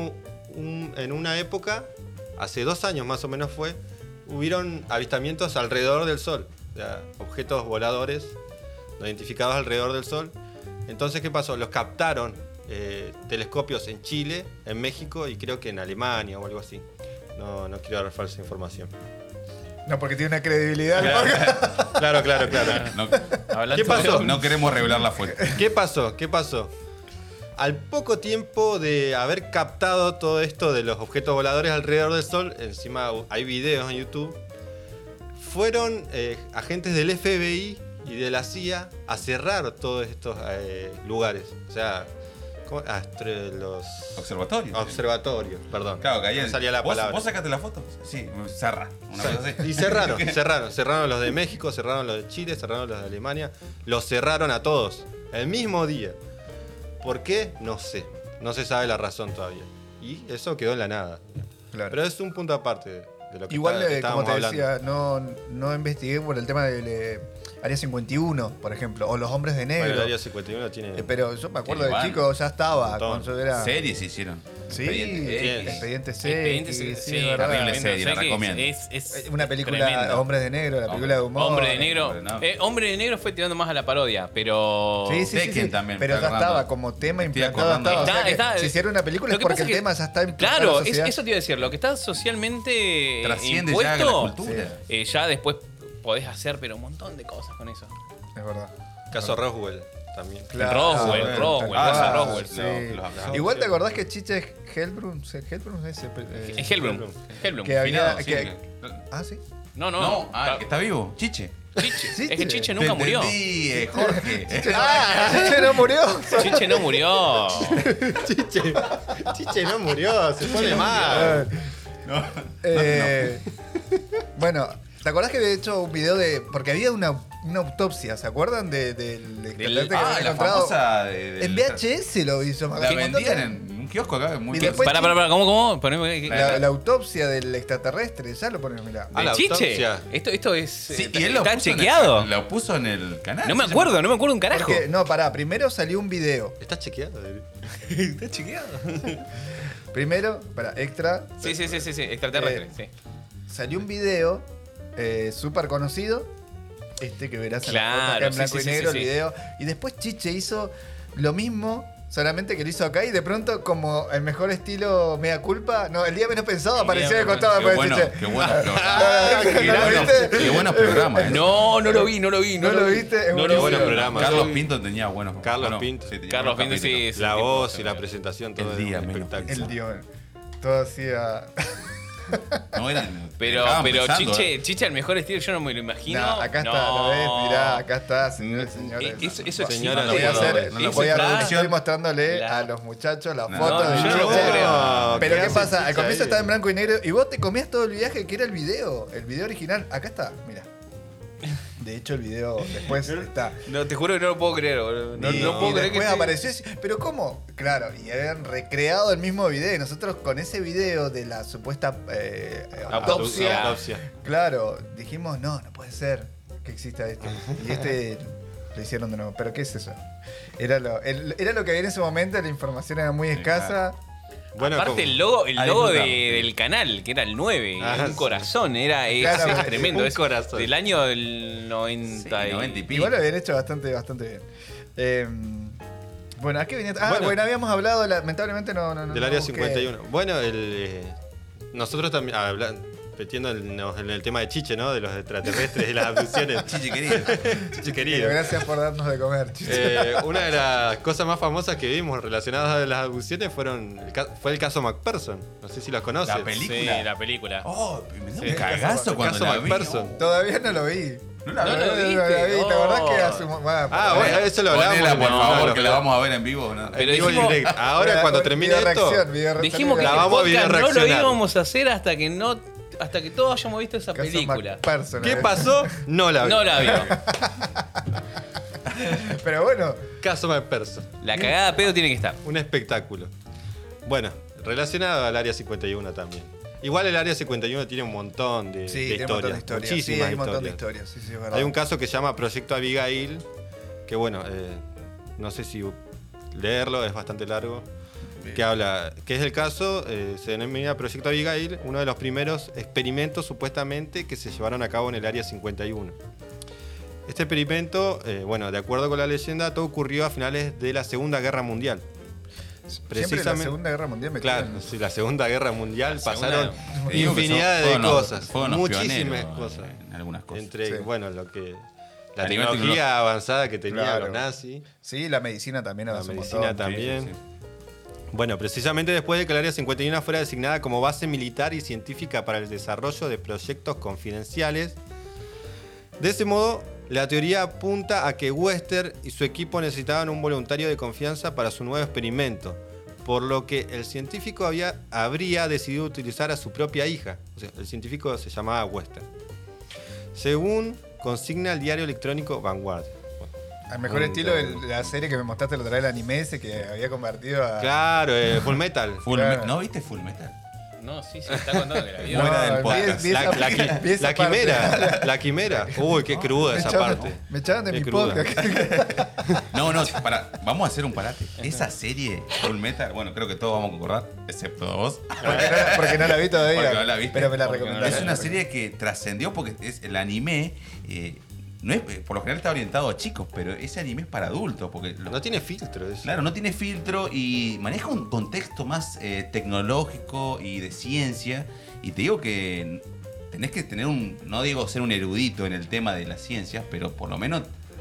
en una época, hace 2 años más o menos hubieron avistamientos alrededor del Sol. O sea, objetos voladores no identificados alrededor del Sol. Entonces, ¿qué pasó? Los captaron telescopios en Chile, en México y creo que en Alemania o algo así. No quiero dar falsa información. No, porque tiene una credibilidad. Claro. No, Hablando ¿Qué pasó? no queremos revelar la fuente. ¿Qué pasó? Al poco tiempo de haber captado todo esto de los objetos voladores alrededor del Sol, encima hay videos en YouTube, fueron agentes del FBI y de la CIA a cerrar todos estos lugares. O sea, los Observatorio. perdón. Claro, que ahí No salía la palabra. ¿Vos sacaste la foto? Sí, cerra. Una cosa así. Y cerraron los de México, cerraron los de Chile, cerraron los de Alemania, los cerraron a todos el mismo día. ¿Por qué? No sé, no se sabe la razón todavía. Y eso quedó en la nada. Claro. Pero es un punto aparte de lo que Igual, como estábamos te hablando. decía, no investigué por el tema del Área 51, por ejemplo, o los hombres de negro. Bueno, el Área 51 tiene... Pero yo me acuerdo de Igual. chico, ya estaba. Un montón. Cuando yo era. Series se hicieron. Sí, Expediente. Expediente Expediente X, sí, sí, es verdad. terrible tremendo. serie, Sé la que recomiendo. es Una película, tremendo. Hombres de Negro, la película de humor. Hombre de Negro. Hombre, no. Hombre de Negro fue tirando más a la parodia, pero. Sí. Tekken también, Pero está ya agarrando. estaba como tema Estoy implantado. acordando. O sea que Está- si hicieron una película lo es que porque pasa el que- tema ya está implantado en la Claro, sociedad. eso te iba a decir. Lo que está socialmente Trasciende ya la impuesto, cultura. ya después podés hacer, pero un montón de cosas con eso. Es verdad. Caso Roswell. también. Claro. Roswell, Ah, Roswell. sí. los- Igual te acordás que Chiche Hellblum, Hellblum es Es Hellblum. Hellblum. que había Sí, que, ah, sí. No. No, el que está vivo, Chiche. Chiche. Es que Chiche nunca Te murió. entendí, Jorge. Chiche no murió. Chiche no murió. Chiche no murió, se pone mal. No. Bueno, ¿te acordás que había hecho un video de. Porque había una autopsia, ¿se acuerdan? Del extraterrestre que había La encontrado? famosa En VHS lo hizo. me La acuerdo. vendían en un kiosco acá, muy Y bien. después- Pará, ¿cómo? Poneme- La autopsia del extraterrestre, ya lo ponemos, mirá. Ah, la ¿De Chiche? autopsia. Esto es. Sí, y él lo ¿Está puso chequeado? lo puso en el canal. No me se acuerdo un carajo. Porque, no, pará, primero salió un video. ¿Está chequeado? ¿Está chequeado? Primero, para extra, Sí, extraterrestre, sí. salió un video súper conocido. Que verás en la Claro, foto acá en sí, blanco sí, y sí, negro sí, el sí. video. Y después Chiche hizo lo mismo, solamente que lo hizo acá. Y de pronto, como el mejor estilo mea culpa, no, el día menos pensado apareció de costado Qué después bueno, de qué Chiche. buenos Ah, programas. ¿no lo viste? Qué buenos programas. No lo vi. ¿No lo viste? Es No lo buenísimo. buenos programas. Carlos Pinto tenía buenos. Carlos Pinto. sí, tenía Carlos buenos Pinto, sí. capítulos. ese La tipo, voz y sí. la presentación, todo El día es un menos espectáculo. El Dios. Todo hacía. No eran. Pero estaban pensando, Chiche al mejor estilo yo no me lo imagino. No, acá está, ¿lo ves? Mirá, acá está, señores y señores. Eso Señora, existe. Lo voy a hacer, no lo voy a está- estoy mostrándole La- a los muchachos la No, foto no, de yo no Chiche. lo puedo creer. Pero ¿qué hace pasa? Al Chiche comienzo ahí? estaba en blanco y negro y vos te comías todo el viaje que era el video original. Acá está, mira. De hecho, el video después está. No, te juro que no lo puedo creer, boludo. No, Y, no puedo y creer que después esté- apareció ese- pero ¿cómo? Claro, y habían recreado el mismo video y nosotros con ese video de la supuesta autopsia, Autopsia. claro, dijimos, no puede ser que exista esto. Y lo hicieron de nuevo. ¿Pero qué es eso? Era lo que había en ese momento, la información era muy escasa. Bueno, Aparte como- el logo Ah, de- disfrutamos. del canal, que era el 9, Ah, un sí. corazón, es Claro, tremendo. un Es corazón. del año del 90 Sí, 90 y pico. Igual lo habían hecho bastante bien. Bueno, ¿a qué venía? Bueno. Bueno, habíamos hablado, lamentablemente no Del área busqué. 51. Bueno, nosotros también, metiendo en el tema de Chiche, ¿no? De los extraterrestres y las abducciones. Chiche querido. Chiche Pero querido. gracias por darnos de comer, Chiche. Una de las cosas más famosas que vimos relacionadas a las abducciones fue el caso McPherson. No sé si los conoces. La película. Sí, la película. Oh, me dio Sí. un cagazo El cuando caso la vi. McPherson. Todavía no lo vi. No la No vi. lo vi. No la vi. ¿Te acordás que Oh. a su Ah, bueno, eso lo hablamos. Ponela, por en el- favor, no, que la vamos a ver en vivo. ¿no? Pero en vivo y dijimos- directo. Ahora, cuando termine esto, Dijimos que La este vamos a podcast no lo videoreaccionar. íbamos a hacer hasta que todos hayamos visto esa Caso película. McPherson, ¿qué ¿eh? pasó? No la vi. No la vio. Pero bueno, Caso McPherson. La cagada de pedo tiene que estar. Un espectáculo. Bueno, relacionado al área 51 también. Igual el área 51 tiene un montón de, sí, de tiene un montón de historias. historias. Muchísimas Sí, hay un montón de historias. historias. Sí, sí, es verdad. Hay un caso que se llama Proyecto Abigail, que bueno, no sé si leerlo, es bastante largo. Que es el caso, se denomina Proyecto Abigail, uno de los primeros experimentos supuestamente que se llevaron a cabo en el área 51. Este experimento, bueno, de acuerdo con la leyenda, todo ocurrió a finales de la Segunda Guerra Mundial. Siempre la Segunda Guerra Mundial me Claro, tiran- sí, la Segunda Guerra Mundial La pasaron segunda- Te digo que infinidad de fueron los- cosas, fueron los muchísimas pioneros cosas. En algunas cosas. Entre, Sí. bueno, lo que la A nivel tecnología avanzada que tenían Claro. los nazis, Sí, la medicina también la avanzó un medicina montón. también. Sí, sí, Bueno, precisamente después de que el Área 51 fuera designada como base militar y científica para el desarrollo de proyectos confidenciales, de ese modo, la teoría apunta a que Wester y su equipo necesitaban un voluntario de confianza para su nuevo experimento, por lo que el científico habría decidido utilizar a su propia hija. O sea, el científico se llamaba Wester. Según consigna el diario electrónico Vanguard. Al mejor estilo de la serie que me mostraste la otra vez, el anime ese que había convertido a. Claro, Full Metal. Claro. ¿No viste Full Metal? No, sí, está contando que la vio. Fuera del vi- podcast. vi esa- vi esa La parte. quimera. La quimera. Uy, qué cruda Me esa echaron- parte. Me echaron de Qué mi cruda. podcast. No, vamos a hacer un parate. Esa serie Full Metal, bueno, creo que todos vamos a concordar, excepto vos. porque no la vi todavía. Porque no la viste. Pero me la Porque no la recomendaron. Es una serie que trascendió porque es el anime. No es, por lo general está orientado a chicos, pero ese anime es para adultos. Porque No tiene filtro. claro, no tiene filtro y maneja un contexto más tecnológico y de ciencia. Y te digo que tenés que tener no digo ser un erudito en el tema de las ciencias, pero por lo menos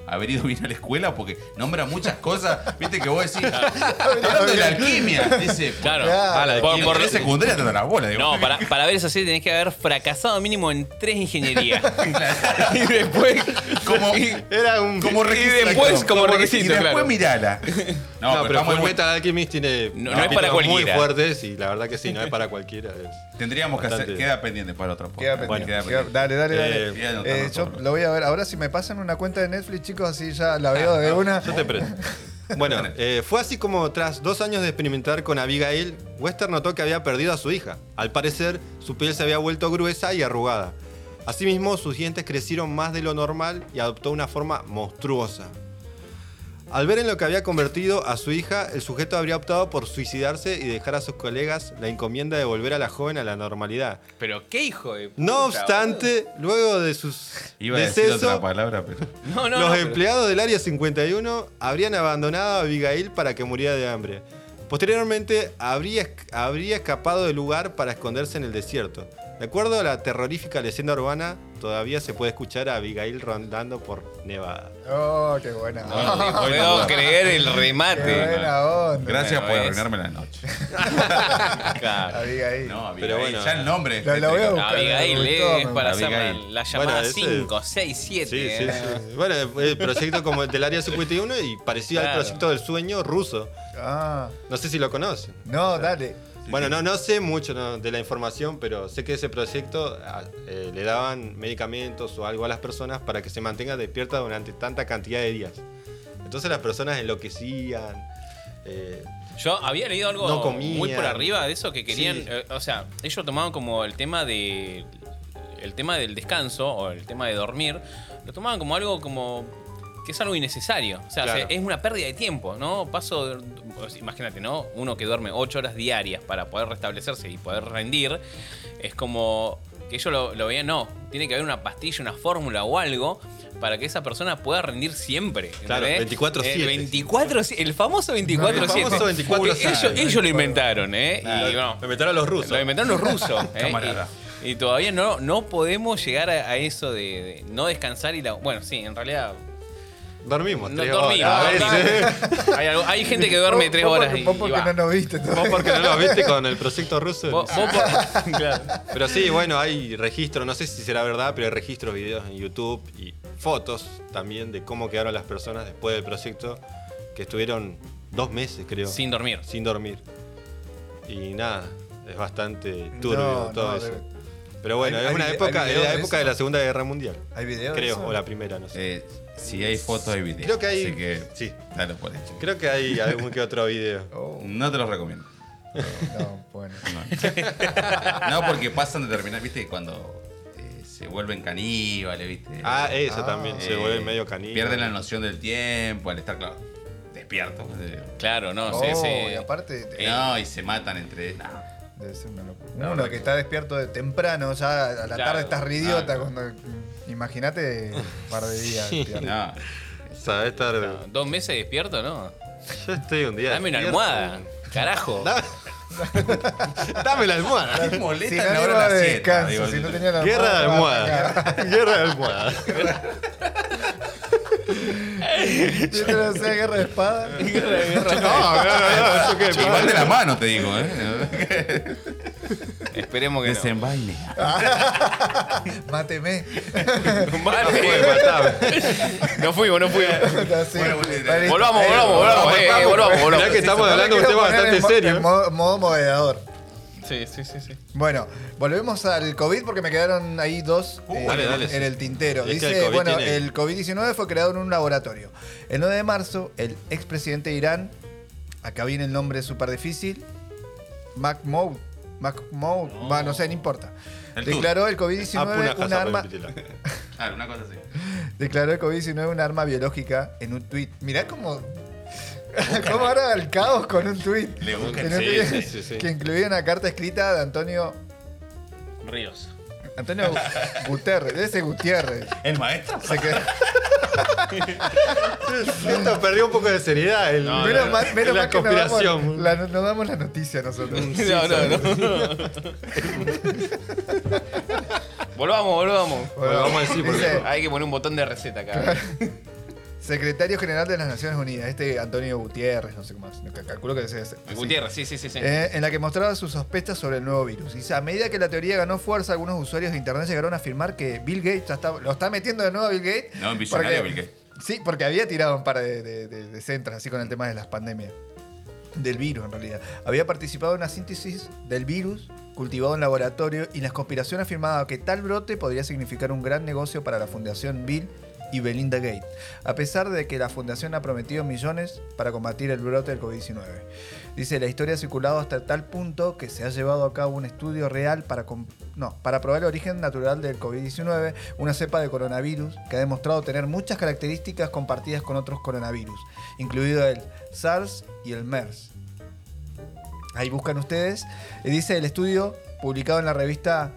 haber ido bien a la escuela porque nombra muchas cosas. Viste que vos decís, hablando de la alquimia. Dice, Claro. la Por- por por- la secundaria te da la bola. Digo. No, para ver esa serie tenés que haber fracasado mínimo en 3 ingenierías. Y después. Como, Era un. como requisito. después como Y requisito, después claro. mirala. No, pero está muy Full bueno. Metal Alchemist tiene No es para capítulos cualquiera. muy fuertes y la verdad que sí, no es para cualquiera. Tendríamos que hacer, Bastante. queda pendiente para otro Queda podcast. pendiente. Queda Queda- pendiente. Dale. Voy a anotarlo Yo todo. lo voy a ver. Ahora si me pasan una cuenta de Netflix, chicos, así ya la veo de una. Yo te presto. Bueno, fue así como tras 2 años de experimentar con Abigail, Wester notó que había perdido a su hija. Al parecer, su piel se había vuelto gruesa y arrugada. Asimismo, sus dientes crecieron más de lo normal y adoptó una forma monstruosa. Al ver en lo que había convertido a su hija, el sujeto habría optado por suicidarse y dejar a sus colegas la encomienda de volver a la joven a la normalidad. Pero qué hijo de. No puta, obstante, luego de sus Iba a decir otra decesos, palabra, pero. boludo. No, no, los no, pero- empleados del Área 51 habrían abandonado a Abigail para que muriera de hambre. Posteriormente, habría escapado del lugar para esconderse en el desierto. De acuerdo a la terrorífica leyenda urbana, todavía se puede escuchar a Abigail rondando por Nevada. Oh, qué buena. No te puedo creer el Qué remate. buena onda. Gracias por ¿ves? arruinarme la noche. Claro. Abigail. No, Abigail, Pero bueno. ya el nombre. La voy a buscar. Abigail me gustó, es me para gustó. hacer Abigail. la llamada Bueno, ese- 5, 6, 7. Sí, sí, sí. Bueno, el proyecto como el del Área 51 y parecía Claro. al proyecto del sueño ruso. Ah, No sé si lo conocen. no, dale. Bueno, no sé mucho de la información, pero sé que ese proyecto le daban medicamentos o algo a las personas para que se mantengan despiertas durante tanta cantidad de días. Entonces las personas enloquecían. Yo había leído algo No comían. muy por arriba de eso que querían, Sí. o sea, ellos tomaban como el tema del descanso o el tema de dormir, lo tomaban como algo como que es algo innecesario, o sea, Claro. es una pérdida de tiempo, ¿no? Imagínate, ¿no? Uno que duerme 8 horas diarias para poder restablecerse y poder rendir, es como que ellos lo veían, no, tiene que haber una pastilla, una fórmula o algo para que esa persona pueda rendir siempre. Claro, ¿entendés? 24/7. 24/7, el famoso 24/7. El famoso 24/7. Ellos lo inventaron, ¿eh? Y bueno, Me metieron a los rusos. lo inventaron los rusos. ¿eh? Camarada. Y todavía no podemos llegar a eso de no descansar y bueno, sí, en realidad. Dormimos No 3 dormimos, horas. dormimos. Hay gente que duerme 3 horas y Vos porque va. no nos viste todo. Vos porque no lo viste con el proyecto ruso. Vos claro. Pero sí, bueno, hay registros, no sé si será verdad, pero hay registros, videos en YouTube y fotos también de cómo quedaron las personas después del proyecto, que estuvieron 2 meses, creo, Sin dormir. sin dormir. Y nada, es bastante turbio No, todo no, eso. de- Pero bueno, ¿Hay- es una hay época, videos es la de época eso? de la Segunda Guerra Mundial, ¿Hay videos de creo, eso? o la primera, no sé. Si hay fotos, hay videos. Creo que hay- Así que, sí. dale por hecho. Creo que hay algún que otro video. Oh, No te los recomiendo. no, bueno. No, porque pasan determinadas, viste, cuando se vuelven caníbales, viste. Ah, eso también, se Eh, vuelve medio caníbal. Pierden la noción del tiempo al estar, claro, despiertos. Claro, no, Oh, sí, y sí. aparte, No, y se matan entre. No. debe ser una locura. No, Uno no, que está despierto de temprano, ya a la Claro. tarde estás ridiota. Ah, Cuando imagínate un par de días. despierto. No. Sabes estar. No, 2 meses despierto, ¿no? Yo estoy un día. Dame una despierto. almohada. Carajo. Dame la almohada. Me molesta Sinónimo la hora de la de siesta, descanso. digo, Si no tenía la Guerra de almohada. almohada. Guerra de almohada. Yo te lo sé, guerra de espada. No, eso qué. Igual de la mano, te digo, ¿eh? Esperemos que no. Desenvaine. Máteme. Vale. No fuimos. Así. Bueno, Vale, Volvamos, ahí, volvamos. Mirá que estamos hablando de un tema Poner bastante en mo- serio. en modo moderador. Sí. Bueno, volvemos al COVID porque me quedaron ahí dos dale, en el tintero. Es que Dice, el COVID bueno, tiene- el COVID-19 fue creado en un laboratorio. El 9 de marzo, el expresidente de Irán, acá viene el nombre súper difícil, Mahmoud, va, no sé, no importa. El Declaró el COVID-19 un arma, Claro, una cosa así. declaró el COVID-19 un arma biológica en un tuit. Mirá cómo ahora el caos con un tuit. Le buscan, En un sí, tuit sí. que incluía una carta escrita de Antonio Ríos. Gutiérrez, debe ser Gutiérrez. ¿El maestro? Se quedó- Esto perdió un poco de seriedad. No, menos mal la que nos conspiración. nos damos la noticia nosotros. No. Volvamos. Bueno, vamos a decir, porque- Dice, Hay que poner un botón de receta acá. secretario general de las Naciones Unidas, Antonio Gutiérrez, no sé cómo más, calculo que es ese. Gutiérrez, sí. En la que mostraba sus sospechas sobre el nuevo virus. Dice, a medida que la teoría ganó fuerza, algunos usuarios de internet llegaron a afirmar que Bill Gates lo está metiendo de nuevo a Bill Gates. No, un visionario Bill Gates. Sí, porque había tirado un par de centras así con el tema de las pandemias. Del virus, en realidad. Había participado en una síntesis del virus cultivado en laboratorio y la conspiración afirmaba que tal brote podría significar un gran negocio para la Fundación Bill y Belinda Gates, a pesar de que la fundación ha prometido millones para combatir el brote del COVID-19. Dice, la historia ha circulado hasta tal punto que se ha llevado a cabo un estudio real para probar el origen natural del COVID-19, una cepa de coronavirus que ha demostrado tener muchas características compartidas con otros coronavirus, incluido el SARS y el MERS. Ahí buscan ustedes. Dice el estudio publicado en la revista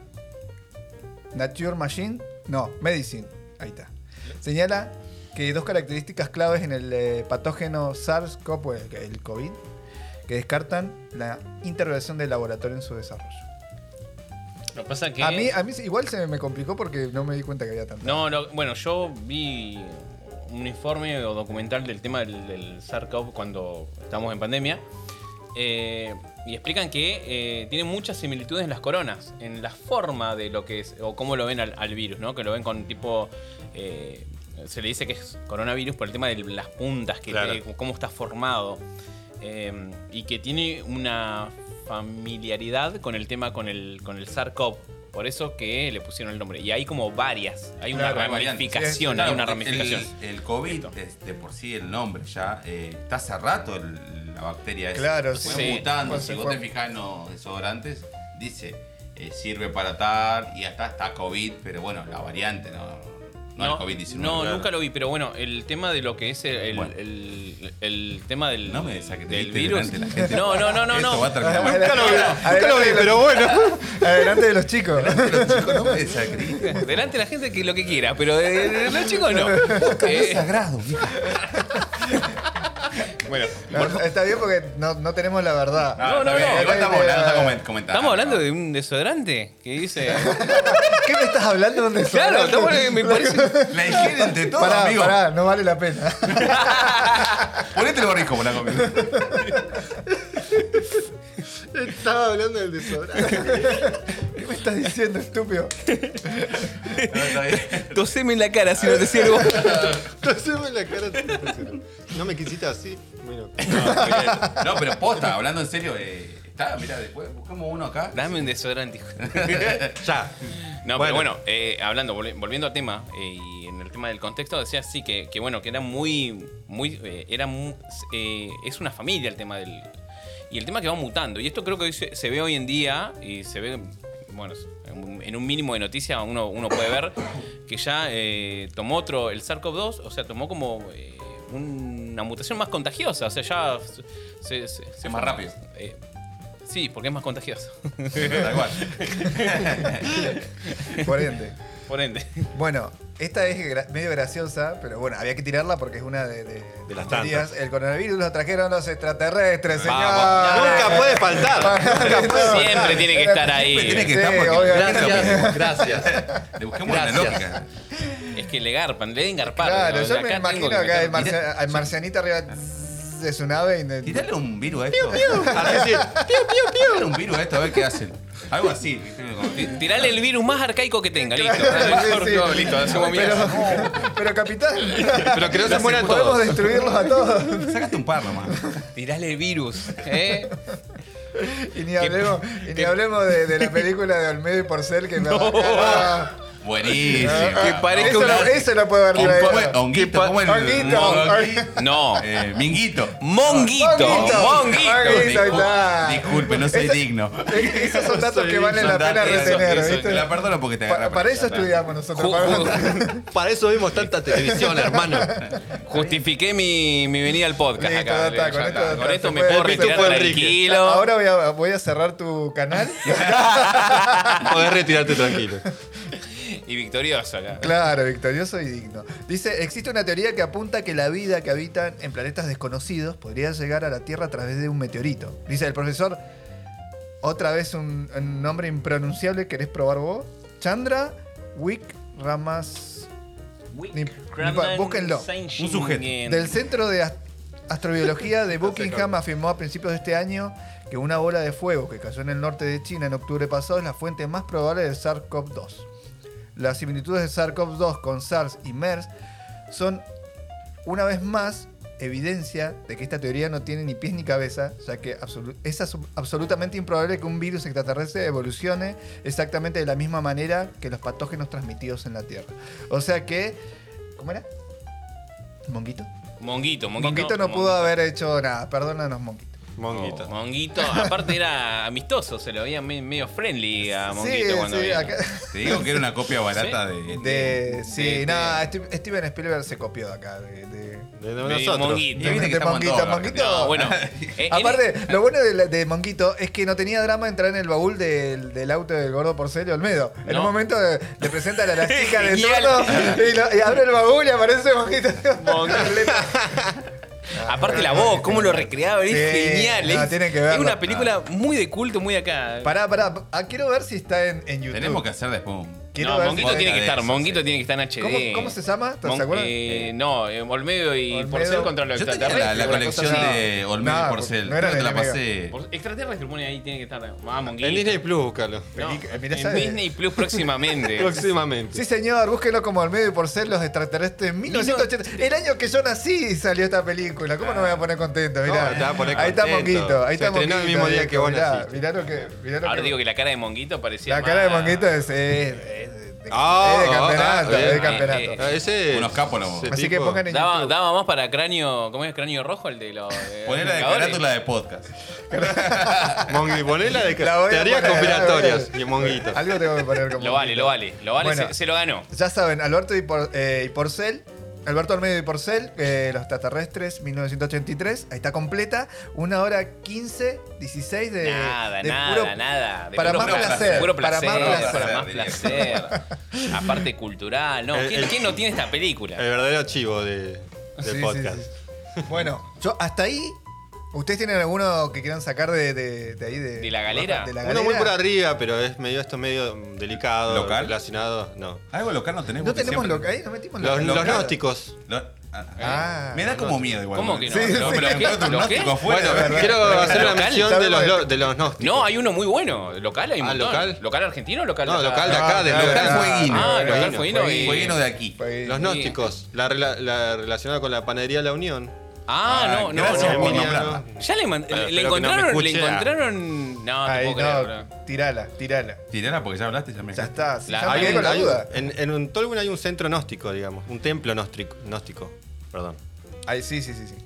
Medicine. Ahí está. Señala que dos características claves en el patógeno SARS-CoV, el COVID, que descartan la intervención del laboratorio en su desarrollo. Lo que pasa es que... A mí igual se me complicó porque no me di cuenta que había tanto. Bueno, yo vi un informe o documental del tema del SARS-CoV cuando estábamos en pandemia. Y explican que tiene muchas similitudes en las coronas, en la forma de lo que es, o cómo lo ven al virus, ¿no? Que lo ven con tipo... se le dice que es coronavirus por el tema de las puntas, cómo está formado. Y que tiene una familiaridad con el tema con el SARS-CoV. Por eso que le pusieron el nombre. Y hay como varias. Hay una ramificación. Sí, hay una ramificación. El COVID, de por sí el nombre ya, está hace rato la bacteria esa. Claro, fue sí. mutando. Si vos te fijás en los desodorantes, dice, sirve para tal, y acá está COVID, pero bueno, la variante, no el COVID-19. No, nunca lo vi, pero bueno, el tema de lo que es el tema del, no me desacredites del virus. delante de la gente. No. Esto va a terminar mal. Nunca lo vi, pero bueno. Adelante de los chicos. Los chicos no me desacrediten. Delante de la gente que lo que quiera, pero de los chicos no. Es sagrado, mija. Bueno, está bien porque no tenemos la verdad. No. Igual estamos comentando. Estamos hablando de un desodorante que dice. ¿Qué me estás hablando de un desodorante? Claro, me parece. La higiene entre todos, amigo. Pará, no vale la pena. Ponete el barrijo por la comida. Estaba hablando del desodorante. ¿Qué me estás diciendo, estúpido? No, está bien. Toseme en la cara si no te sirvo. Toseme en la cara. No me quisiste así. Bueno. No, pero posta, hablando en serio, mirá, después buscamos uno acá. Dame un desodorante, hijo. Ya. No, pero bueno, volviendo al tema, y en el tema del contexto, decía sí que bueno, que era es una familia el tema del... Y el tema que va mutando. Y esto creo que se ve hoy en día, y se ve, bueno, en un mínimo de noticias uno puede ver que ya tomó el SARS-CoV-2, o sea, tomó como una mutación más contagiosa. O sea, ya se más rápido. Sí, porque es más contagioso. Tal cual. Por ende. Bueno, esta es medio graciosa, pero bueno, había que tirarla porque es una de las teorías. tantas. El coronavirus lo trajeron los extraterrestres, señor. Nunca puede faltar. Siempre tiene que estar ahí. Tiene que Sí, estar porque obviamente. Gracias. le busquemos la lógica. Es que le garpan, le deben garpar. Claro, ¿no? yo Acá me tengo imagino que acá meter- el marcianito arriba de su nave. Tirale un virus a esto. Así, Tirale un virus a esto a ver qué hacen. Algo así. Tirale el virus más arcaico que tenga, listo. Sí. Listo, hacemos mierda. Pero capitán, pero que no se mueran podemos todos. destruirlos a todos. Sácate un par nomás. Tirale el virus, Y ni hablemos de la película de Olmedo y Porcel que me Buenísimo. Que parezca eso lo puedo ver Honguito, ¿cómo es el Honguito. No. Minguito. Monguito. Ahí está. Disculpe, no soy digno. Esos son datos que valen la pena retener, Te ¿viste? la perdono porque te agarré. Para eso estudiamos nosotros. Para eso vimos tanta televisión, hermano. Justifiqué mi venida al podcast Listo, acá. ya está, con Ya esto está. Con esto se me puede- puedo el retirar pitufo Enrique. tranquilo. Ahora voy a cerrar tu canal. Podés retirarte tranquilo. Y victorioso acá. Claro, victorioso y digno. Dice, existe una teoría que apunta que la vida que habitan en planetas desconocidos podría llegar a la Tierra a través de un meteorito. Dice el profesor, otra vez un nombre impronunciable, ¿querés probar vos? Chandra Búsquenlo. Un sujeto. Del Centro de Astrobiología de Buckingham afirmó a principios de este año que una bola de fuego que cayó en el norte de China en octubre pasado es la fuente más probable del SARS-CoV-2. Las similitudes de SARS-CoV-2 con SARS y MERS son una vez más evidencia de que esta teoría no tiene ni pies ni cabeza, ya que es absolutamente improbable que un virus extraterrestre evolucione exactamente de la misma manera que los patógenos transmitidos en la Tierra. O sea que... ¿Cómo era? ¿Monguito? Monguito No pudo haber hecho nada. Perdónanos, Monguito. Monguito. Monguito, aparte era amistoso, se lo veía medio friendly a Monguito cuando sí, vino. Te digo que era una copia barata Sí, Steven Spielberg se copió de acá. De Medio nosotros. Monguito. Y viste que De estamos en Monguito, todo, Monguito. No, bueno. Aparte, lo bueno de Monguito es que no tenía drama entrar en el baúl del auto del gordo Porcel y Olmedo. En No. un momento le presenta la chica de Genial. todo y abre el baúl y aparece Monguito. Aparte la voz, cómo lo recreaba, es Sí, genial. no, Es, tienen que es verlo. una película muy de culto, muy acá. Pará. Quiero ver si está en YouTube. Tenemos que hacer después un... Quiero No, ver Monguito si tiene que de estar, eso, Monguito sí. tiene que estar en HD. ¿Cómo se llama? ¿Se Mon- acuerdan? No, Olmedo y Olmedo. Porcel contra los Yo tenía extraterrestres. la una colección cosa así. de Olmedo No, y Porcel. no era Creo que te la de Mega. pasé. Extraterrestre pone ahí, tiene que estar. Vamos, Monguito. En Disney Plus, búscalo. No, Mirá, en ¿sabe? Disney Plus próximamente. Próximamente. Sí, señor, búsquelo como Olmedo y Porcel, los extraterrestres. 1980. El año que yo nací salió esta película. ¿Cómo no me voy a poner contento? Mirá. No, te vas a poner ahí está contento. Monguito. Ahí Se está estrenó Monguito. el mismo día que vos mirá, naciste. mirá lo Ahora que. digo que la cara de Monguito parecía. La cara de más- Monguito es de campeonato. bien. Es de campeonato. Ese, Unos capólogos. ese Así que tipo- pongan en Daba, YouTube. daba más para cráneo. ¿Cómo es cráneo rojo? El de los. Poné la de Vengadores. carátula de podcast. Ponela de La voy a teorías poner, conspiratorias a ver. y monguitos. Algo tengo que poner como. Lo vale, lo vale. Lo vale, Bueno. se lo ganó. Ya saben, Alberto y Porcel. Alberto Olmedo y Porcel, los extraterrestres, 1983. Ahí está completa. 1 hora 15, 16 de. Nada, de nada, puro- nada. De para puro más placer, Puro para placer. más placer. Para más placer. Aparte cultural. No, ¿quién no tiene esta película? El verdadero chivo del Sí, sí, podcast. sí. Bueno, yo hasta ahí. ¿Ustedes tienen alguno que quieran sacar de ahí? ¿De la galera? De la Uno muy por galera. arriba, pero es medio delicado. ¿Local? Relacionado. No. Algo local no tenemos. No que tenemos siempre- local, ahí no metimos Los local. gnósticos. Me da como miedo igual. ¿Cómo que no? Sí, ¿Los- sí, los qué? encuentro un ¿Los qué? gnóstico afuera, Bueno, ¿verdad? quiero hacer una ¿Local? mención de los gnósticos. No, hay uno muy bueno. ¿Local? Hay un montón. ¿local? ¿Local argentino o local No, de acá? local de acá, del local local. fueguino. Ah, local Fueguino, fueguino y... Fueguino de aquí. Fue- Los gnósticos. La relacionada con la panadería La Unión. Ah, no, gracias no. por no. nombrarla. Ya le Espero que no me encontraron, escuche. le encontraron... No, te Ahí, puedo creer, no, bro. tirala. Tirala porque ya hablaste, ya me Ya está. Sí, La- ya me hay quedé un- con la duda. En Tolwyn hay un centro gnóstico, digamos. Un templo gnóstico. Perdón. Ahí, sí.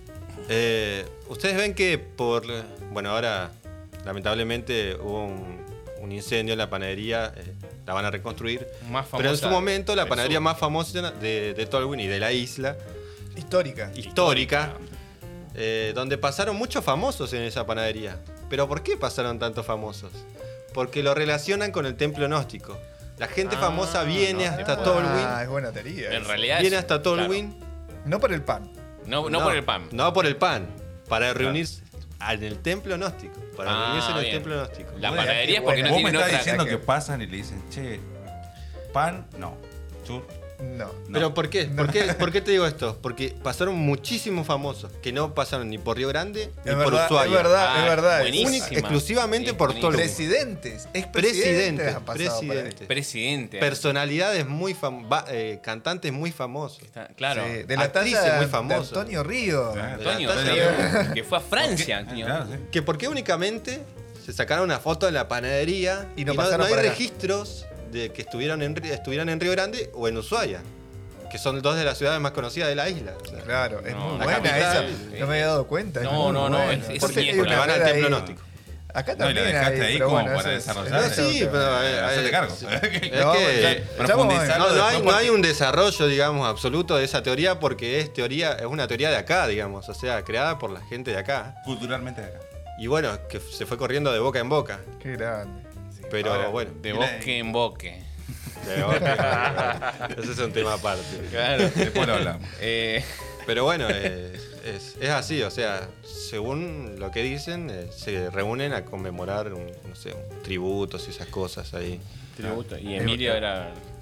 Ustedes ven que bueno, ahora lamentablemente hubo un incendio en la panadería, la van a reconstruir. Más Pero en su famosa momento la del panadería sur. más famosa de Tolwyn y de la isla Histórica. histórica, donde pasaron muchos famosos en esa panadería. ¿Pero por qué pasaron tantos famosos? Porque lo relacionan con el templo gnóstico. La gente famosa viene gnóstico. hasta Tolwyn, Ah, es buena teoría. En esa. realidad viene es- hasta Tolwyn. No por el pan. Claro. No por el pan. No por el pan, para reunirse en el templo gnóstico. Para Ah, reunirse en el bien. templo gnóstico. La Bueno, panadería es qué porque no buena. Vos me tienen estás otra... diciendo que- que pasan y le dicen, che, pan, no. Chur, No. ¿Pero por qué? ¿Por qué te digo esto? Porque pasaron muchísimos famosos que no pasaron ni por Río Grande ni Es por verdad, Ushuaia. es verdad, Ah, es verdad. buenísimo. Única- exclusivamente Sí, por buenísimo. Tolwyn. Presidentes, expresidentes han pasado por ahí. Presidente. Personalidades muy cantantes muy famosos. Claro. Sí, de la Actrices talla muy de famosas. Antonio Río. Ah, Antonio, de la Antonio, que fue a Francia, Antonio. Claro, sí. Que por qué únicamente se sacaron una foto en la panadería Y no pasaron hay por acá. registros de que estuvieran en Río Grande o en Ushuaia, que son dos de las ciudades más conocidas de la isla. O sea, Claro, es No, muy la buena capital, esa. No me había dado cuenta. es No, muy no, no, buena. es Aparte siniestro. hay una Porque van al red templo ahí. gnóstico. Acá No, y la también dejaste hay, ahí pero como bueno, para eso es- desarrollar. eso es Sí, otro pero tema. Hacete cargo. No, que- ya- Profundizarlo No después hay un desarrollo, digamos, absoluto de esa teoría porque es una teoría de acá, digamos, o sea, creada por la gente de acá. Culturalmente de acá. Y bueno, que se fue corriendo de boca en boca. Qué grande. Pero Ahora, bueno, De bosque en bosque. de boca. Ese es un tema aparte. Claro. Después lo hablamos. Pero bueno, es así, o sea, según lo que dicen, se reúnen a conmemorar, no sé, tributos y esas cosas ahí. Tributo. Y Emilio era...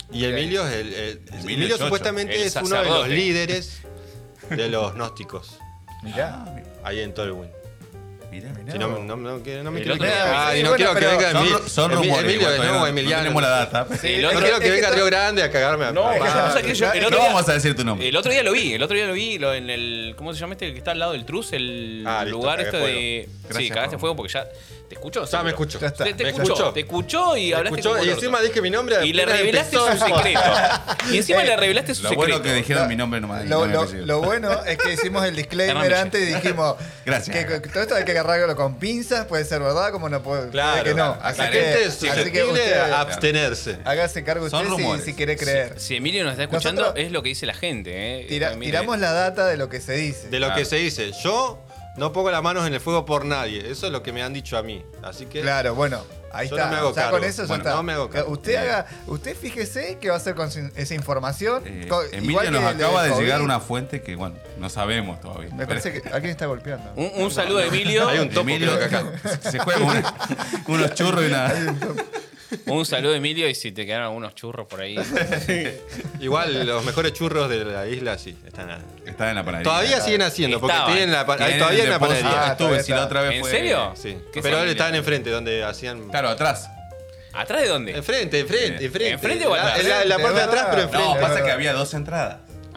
Y Emilio es Emilio Chocho. supuestamente El es uno de los sacerdote. líderes de los gnósticos. Mirá. Ahí en Tolwyn. Mira, Si no me El quiero otro que día- y sí, no bueno, quiero que pero venga son rumores. Emilio, igual, todavía no, no Emiliano. tenemos la data. El No otro, quiero que es que venga to- Río Grande a cagarme a No, palo. o sea que yo, el No otro día, vamos a decir tu nombre. el otro día lo vi en el, ¿cómo se llama este? El que está al lado del Trus, el Ah, listo, lugar cagué este de... Gracias, Sí, cagaste Pablo. fuego porque ya... ¿Te escuchó? Ya seguro. me escucho. Ya está. Te ¿Me escuchó, escuchó? te escuchó y Me hablaste escuchó, como y el encima orto. dije mi nombre. Y le apenas revelaste su empezó. secreto. Y encima le revelaste su Lo secreto. bueno que dijeron mi nombre nomás. y Lo, no mi lo- apellido. lo bueno es que hicimos el disclaimer Hernán antes y dijimos Gracias. que todo esto hay que agarrarlo con pinzas, puede ser verdad, como no puede, Claro, puede que no. la Así gente es que susceptible usted a abstenerse. hágase cargo Son usted rumores. si quiere creer. Si Emilio nos está escuchando, Nosotros- es lo que dice la gente. Mire, Tiramos la data de lo que se dice. De lo Claro. que se dice. Yo no pongo las manos en el fuego por nadie. Eso es lo que me han dicho a mí. Así que Claro, bueno, ahí Yo está. no me hago Ya cargo. con eso ya Bueno, está. no me hago cargo. Usted fíjese qué va a hacer con esa información. Emilio Igual nos que el acaba de COVID. llegar una fuente que, bueno, no sabemos todavía. Me parece que alguien está golpeando. un saludo a Emilio. hay un topo Emilio creo que acá. se juega con unos churros y una. Un saludo a Emilio y si te quedaron algunos churros por ahí. Igual los mejores churros de la isla sí están. Está en la panadería. Todavía siguen haciendo, porque Estaban. tienen la Tienen todavía el en la depósito. panadería. Ah, Estuve, si la está. otra vez ¿En fue. serio? Sí. ¿Qué Pero familia? estaban enfrente, donde hacían. Claro, atrás. ¿Atrás de dónde? Enfrente. ¿Enfrente o atrás? En la parte de atrás, pero No, enfrente. No, pasa que había dos entradas.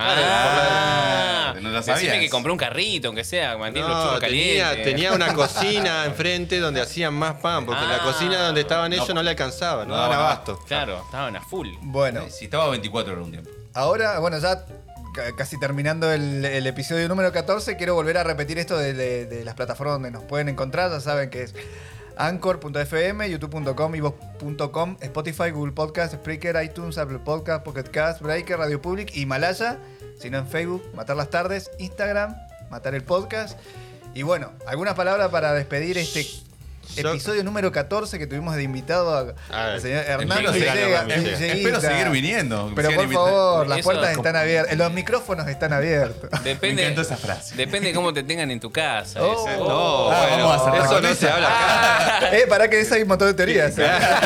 Ah, no la decime sabías. que compré un carrito, aunque sea, mantiene los No, churros calientes. tenía una cocina enfrente donde hacían más pan, porque la Ah. cocina donde estaban ellos No. no le alcanzaba, no No, daban no. abasto. Claro, estaban a full. Bueno, Si estaba 24 horas un tiempo. ahora, bueno, ya casi terminando el episodio número 14, quiero volver a repetir esto de las plataformas donde nos pueden encontrar. Ya saben que es Anchor.fm, YouTube.com, iVoox.com, Spotify, Google Podcast, Spreaker, iTunes, Apple Podcast, Pocket Cast, Breaker, Radio Public, Himalaya. Si no en Facebook, Matar las Tardes, Instagram, Matar el Podcast. Y bueno, ¿alguna palabra para despedir este Yo- episodio número 14 que tuvimos de invitado al señor Hernando Espero Villegas? Espero seguir viniendo. Pero Sigan por invitando. favor, las Eso- puertas están abiertas, los micrófonos están abiertos. Me Depende, encantó esa frase. depende de cómo te tengan en tu casa. Oh. eso. No, Ah, bueno, vamos a cerrar eso con no esa. se habla acá. Para que esa hay un montón de teorías.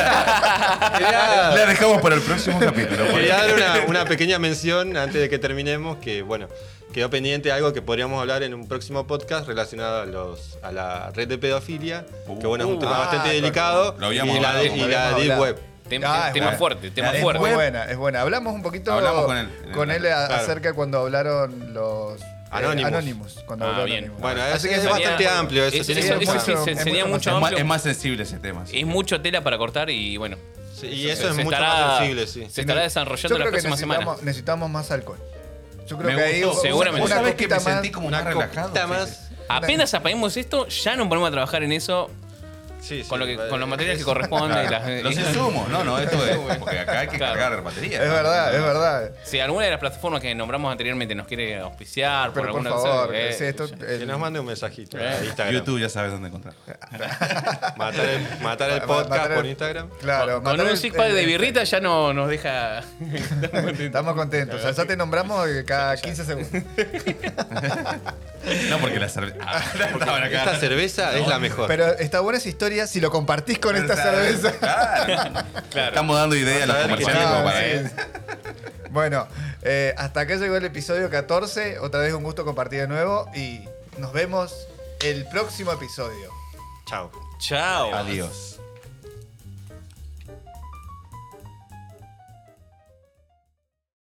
Quería- La dejamos para el próximo capítulo. Quería dar una pequeña mención antes de que terminemos, que bueno, quedó pendiente algo que podríamos hablar en un próximo podcast relacionado a la red de pedofilia, que bueno, es un tema bastante delicado, Lo habíamos y la, hablado, y como la habíamos Deep hablado. Web. Tema bueno. fuerte, tema Es fuerte. muy buena, es buena. Hablamos un poquito Hablamos con él. Claro. acerca cuando hablaron los Anonymous. Cuando Ah, habló bien. Anonymous. Bueno, Así que es sería- bastante amplio eso. Eso tiene eso mucho- sí, se enseña mucho información. amplio. Es más sensible ese tema. sí. Es mucho tela para cortar y bueno. sí, y eso es se mucho estará- más sensible, sí. Se estará Yo desarrollando la creo que próxima semana. necesitamos más alcohol. Yo creo Me que ahí gustó. Seguramente. ¿Vos una sabés que me copita más. sentí como Una más relajado? copita Sí, más. sí. Apenas apaguemos esto, ya nos ponemos a trabajar en eso Sí, sí, con los materiales que corresponden. Los insumos, no, esto es. Porque acá hay que Claro. cargar batería. Es verdad, es verdad. Si alguna de las plataformas que nombramos anteriormente nos quiere auspiciar Pero por alguna favor, cosa, sí, esto, Que nos mande un mensajito a Eh. Instagram. YouTube ya sabes dónde encontrar. Matar el podcast Matar el- por Instagram. Claro, con matar un el- six-pack de el- birrita ya no nos deja. Estamos contentos. O sea, ya te nombramos cada 15 segundos. No, porque la cerveza. estaban acá. Esta cerveza es la mejor. Pero está buena esa historia si lo compartís con esta cerveza. Claro. Estamos dando ideas a los Vas a ver que comerciales Ah, como para sí. eso. Bueno, hasta acá llegó el episodio 14. Otra vez un gusto compartir de nuevo. Y nos vemos el próximo episodio. Chao. Chao. Adiós.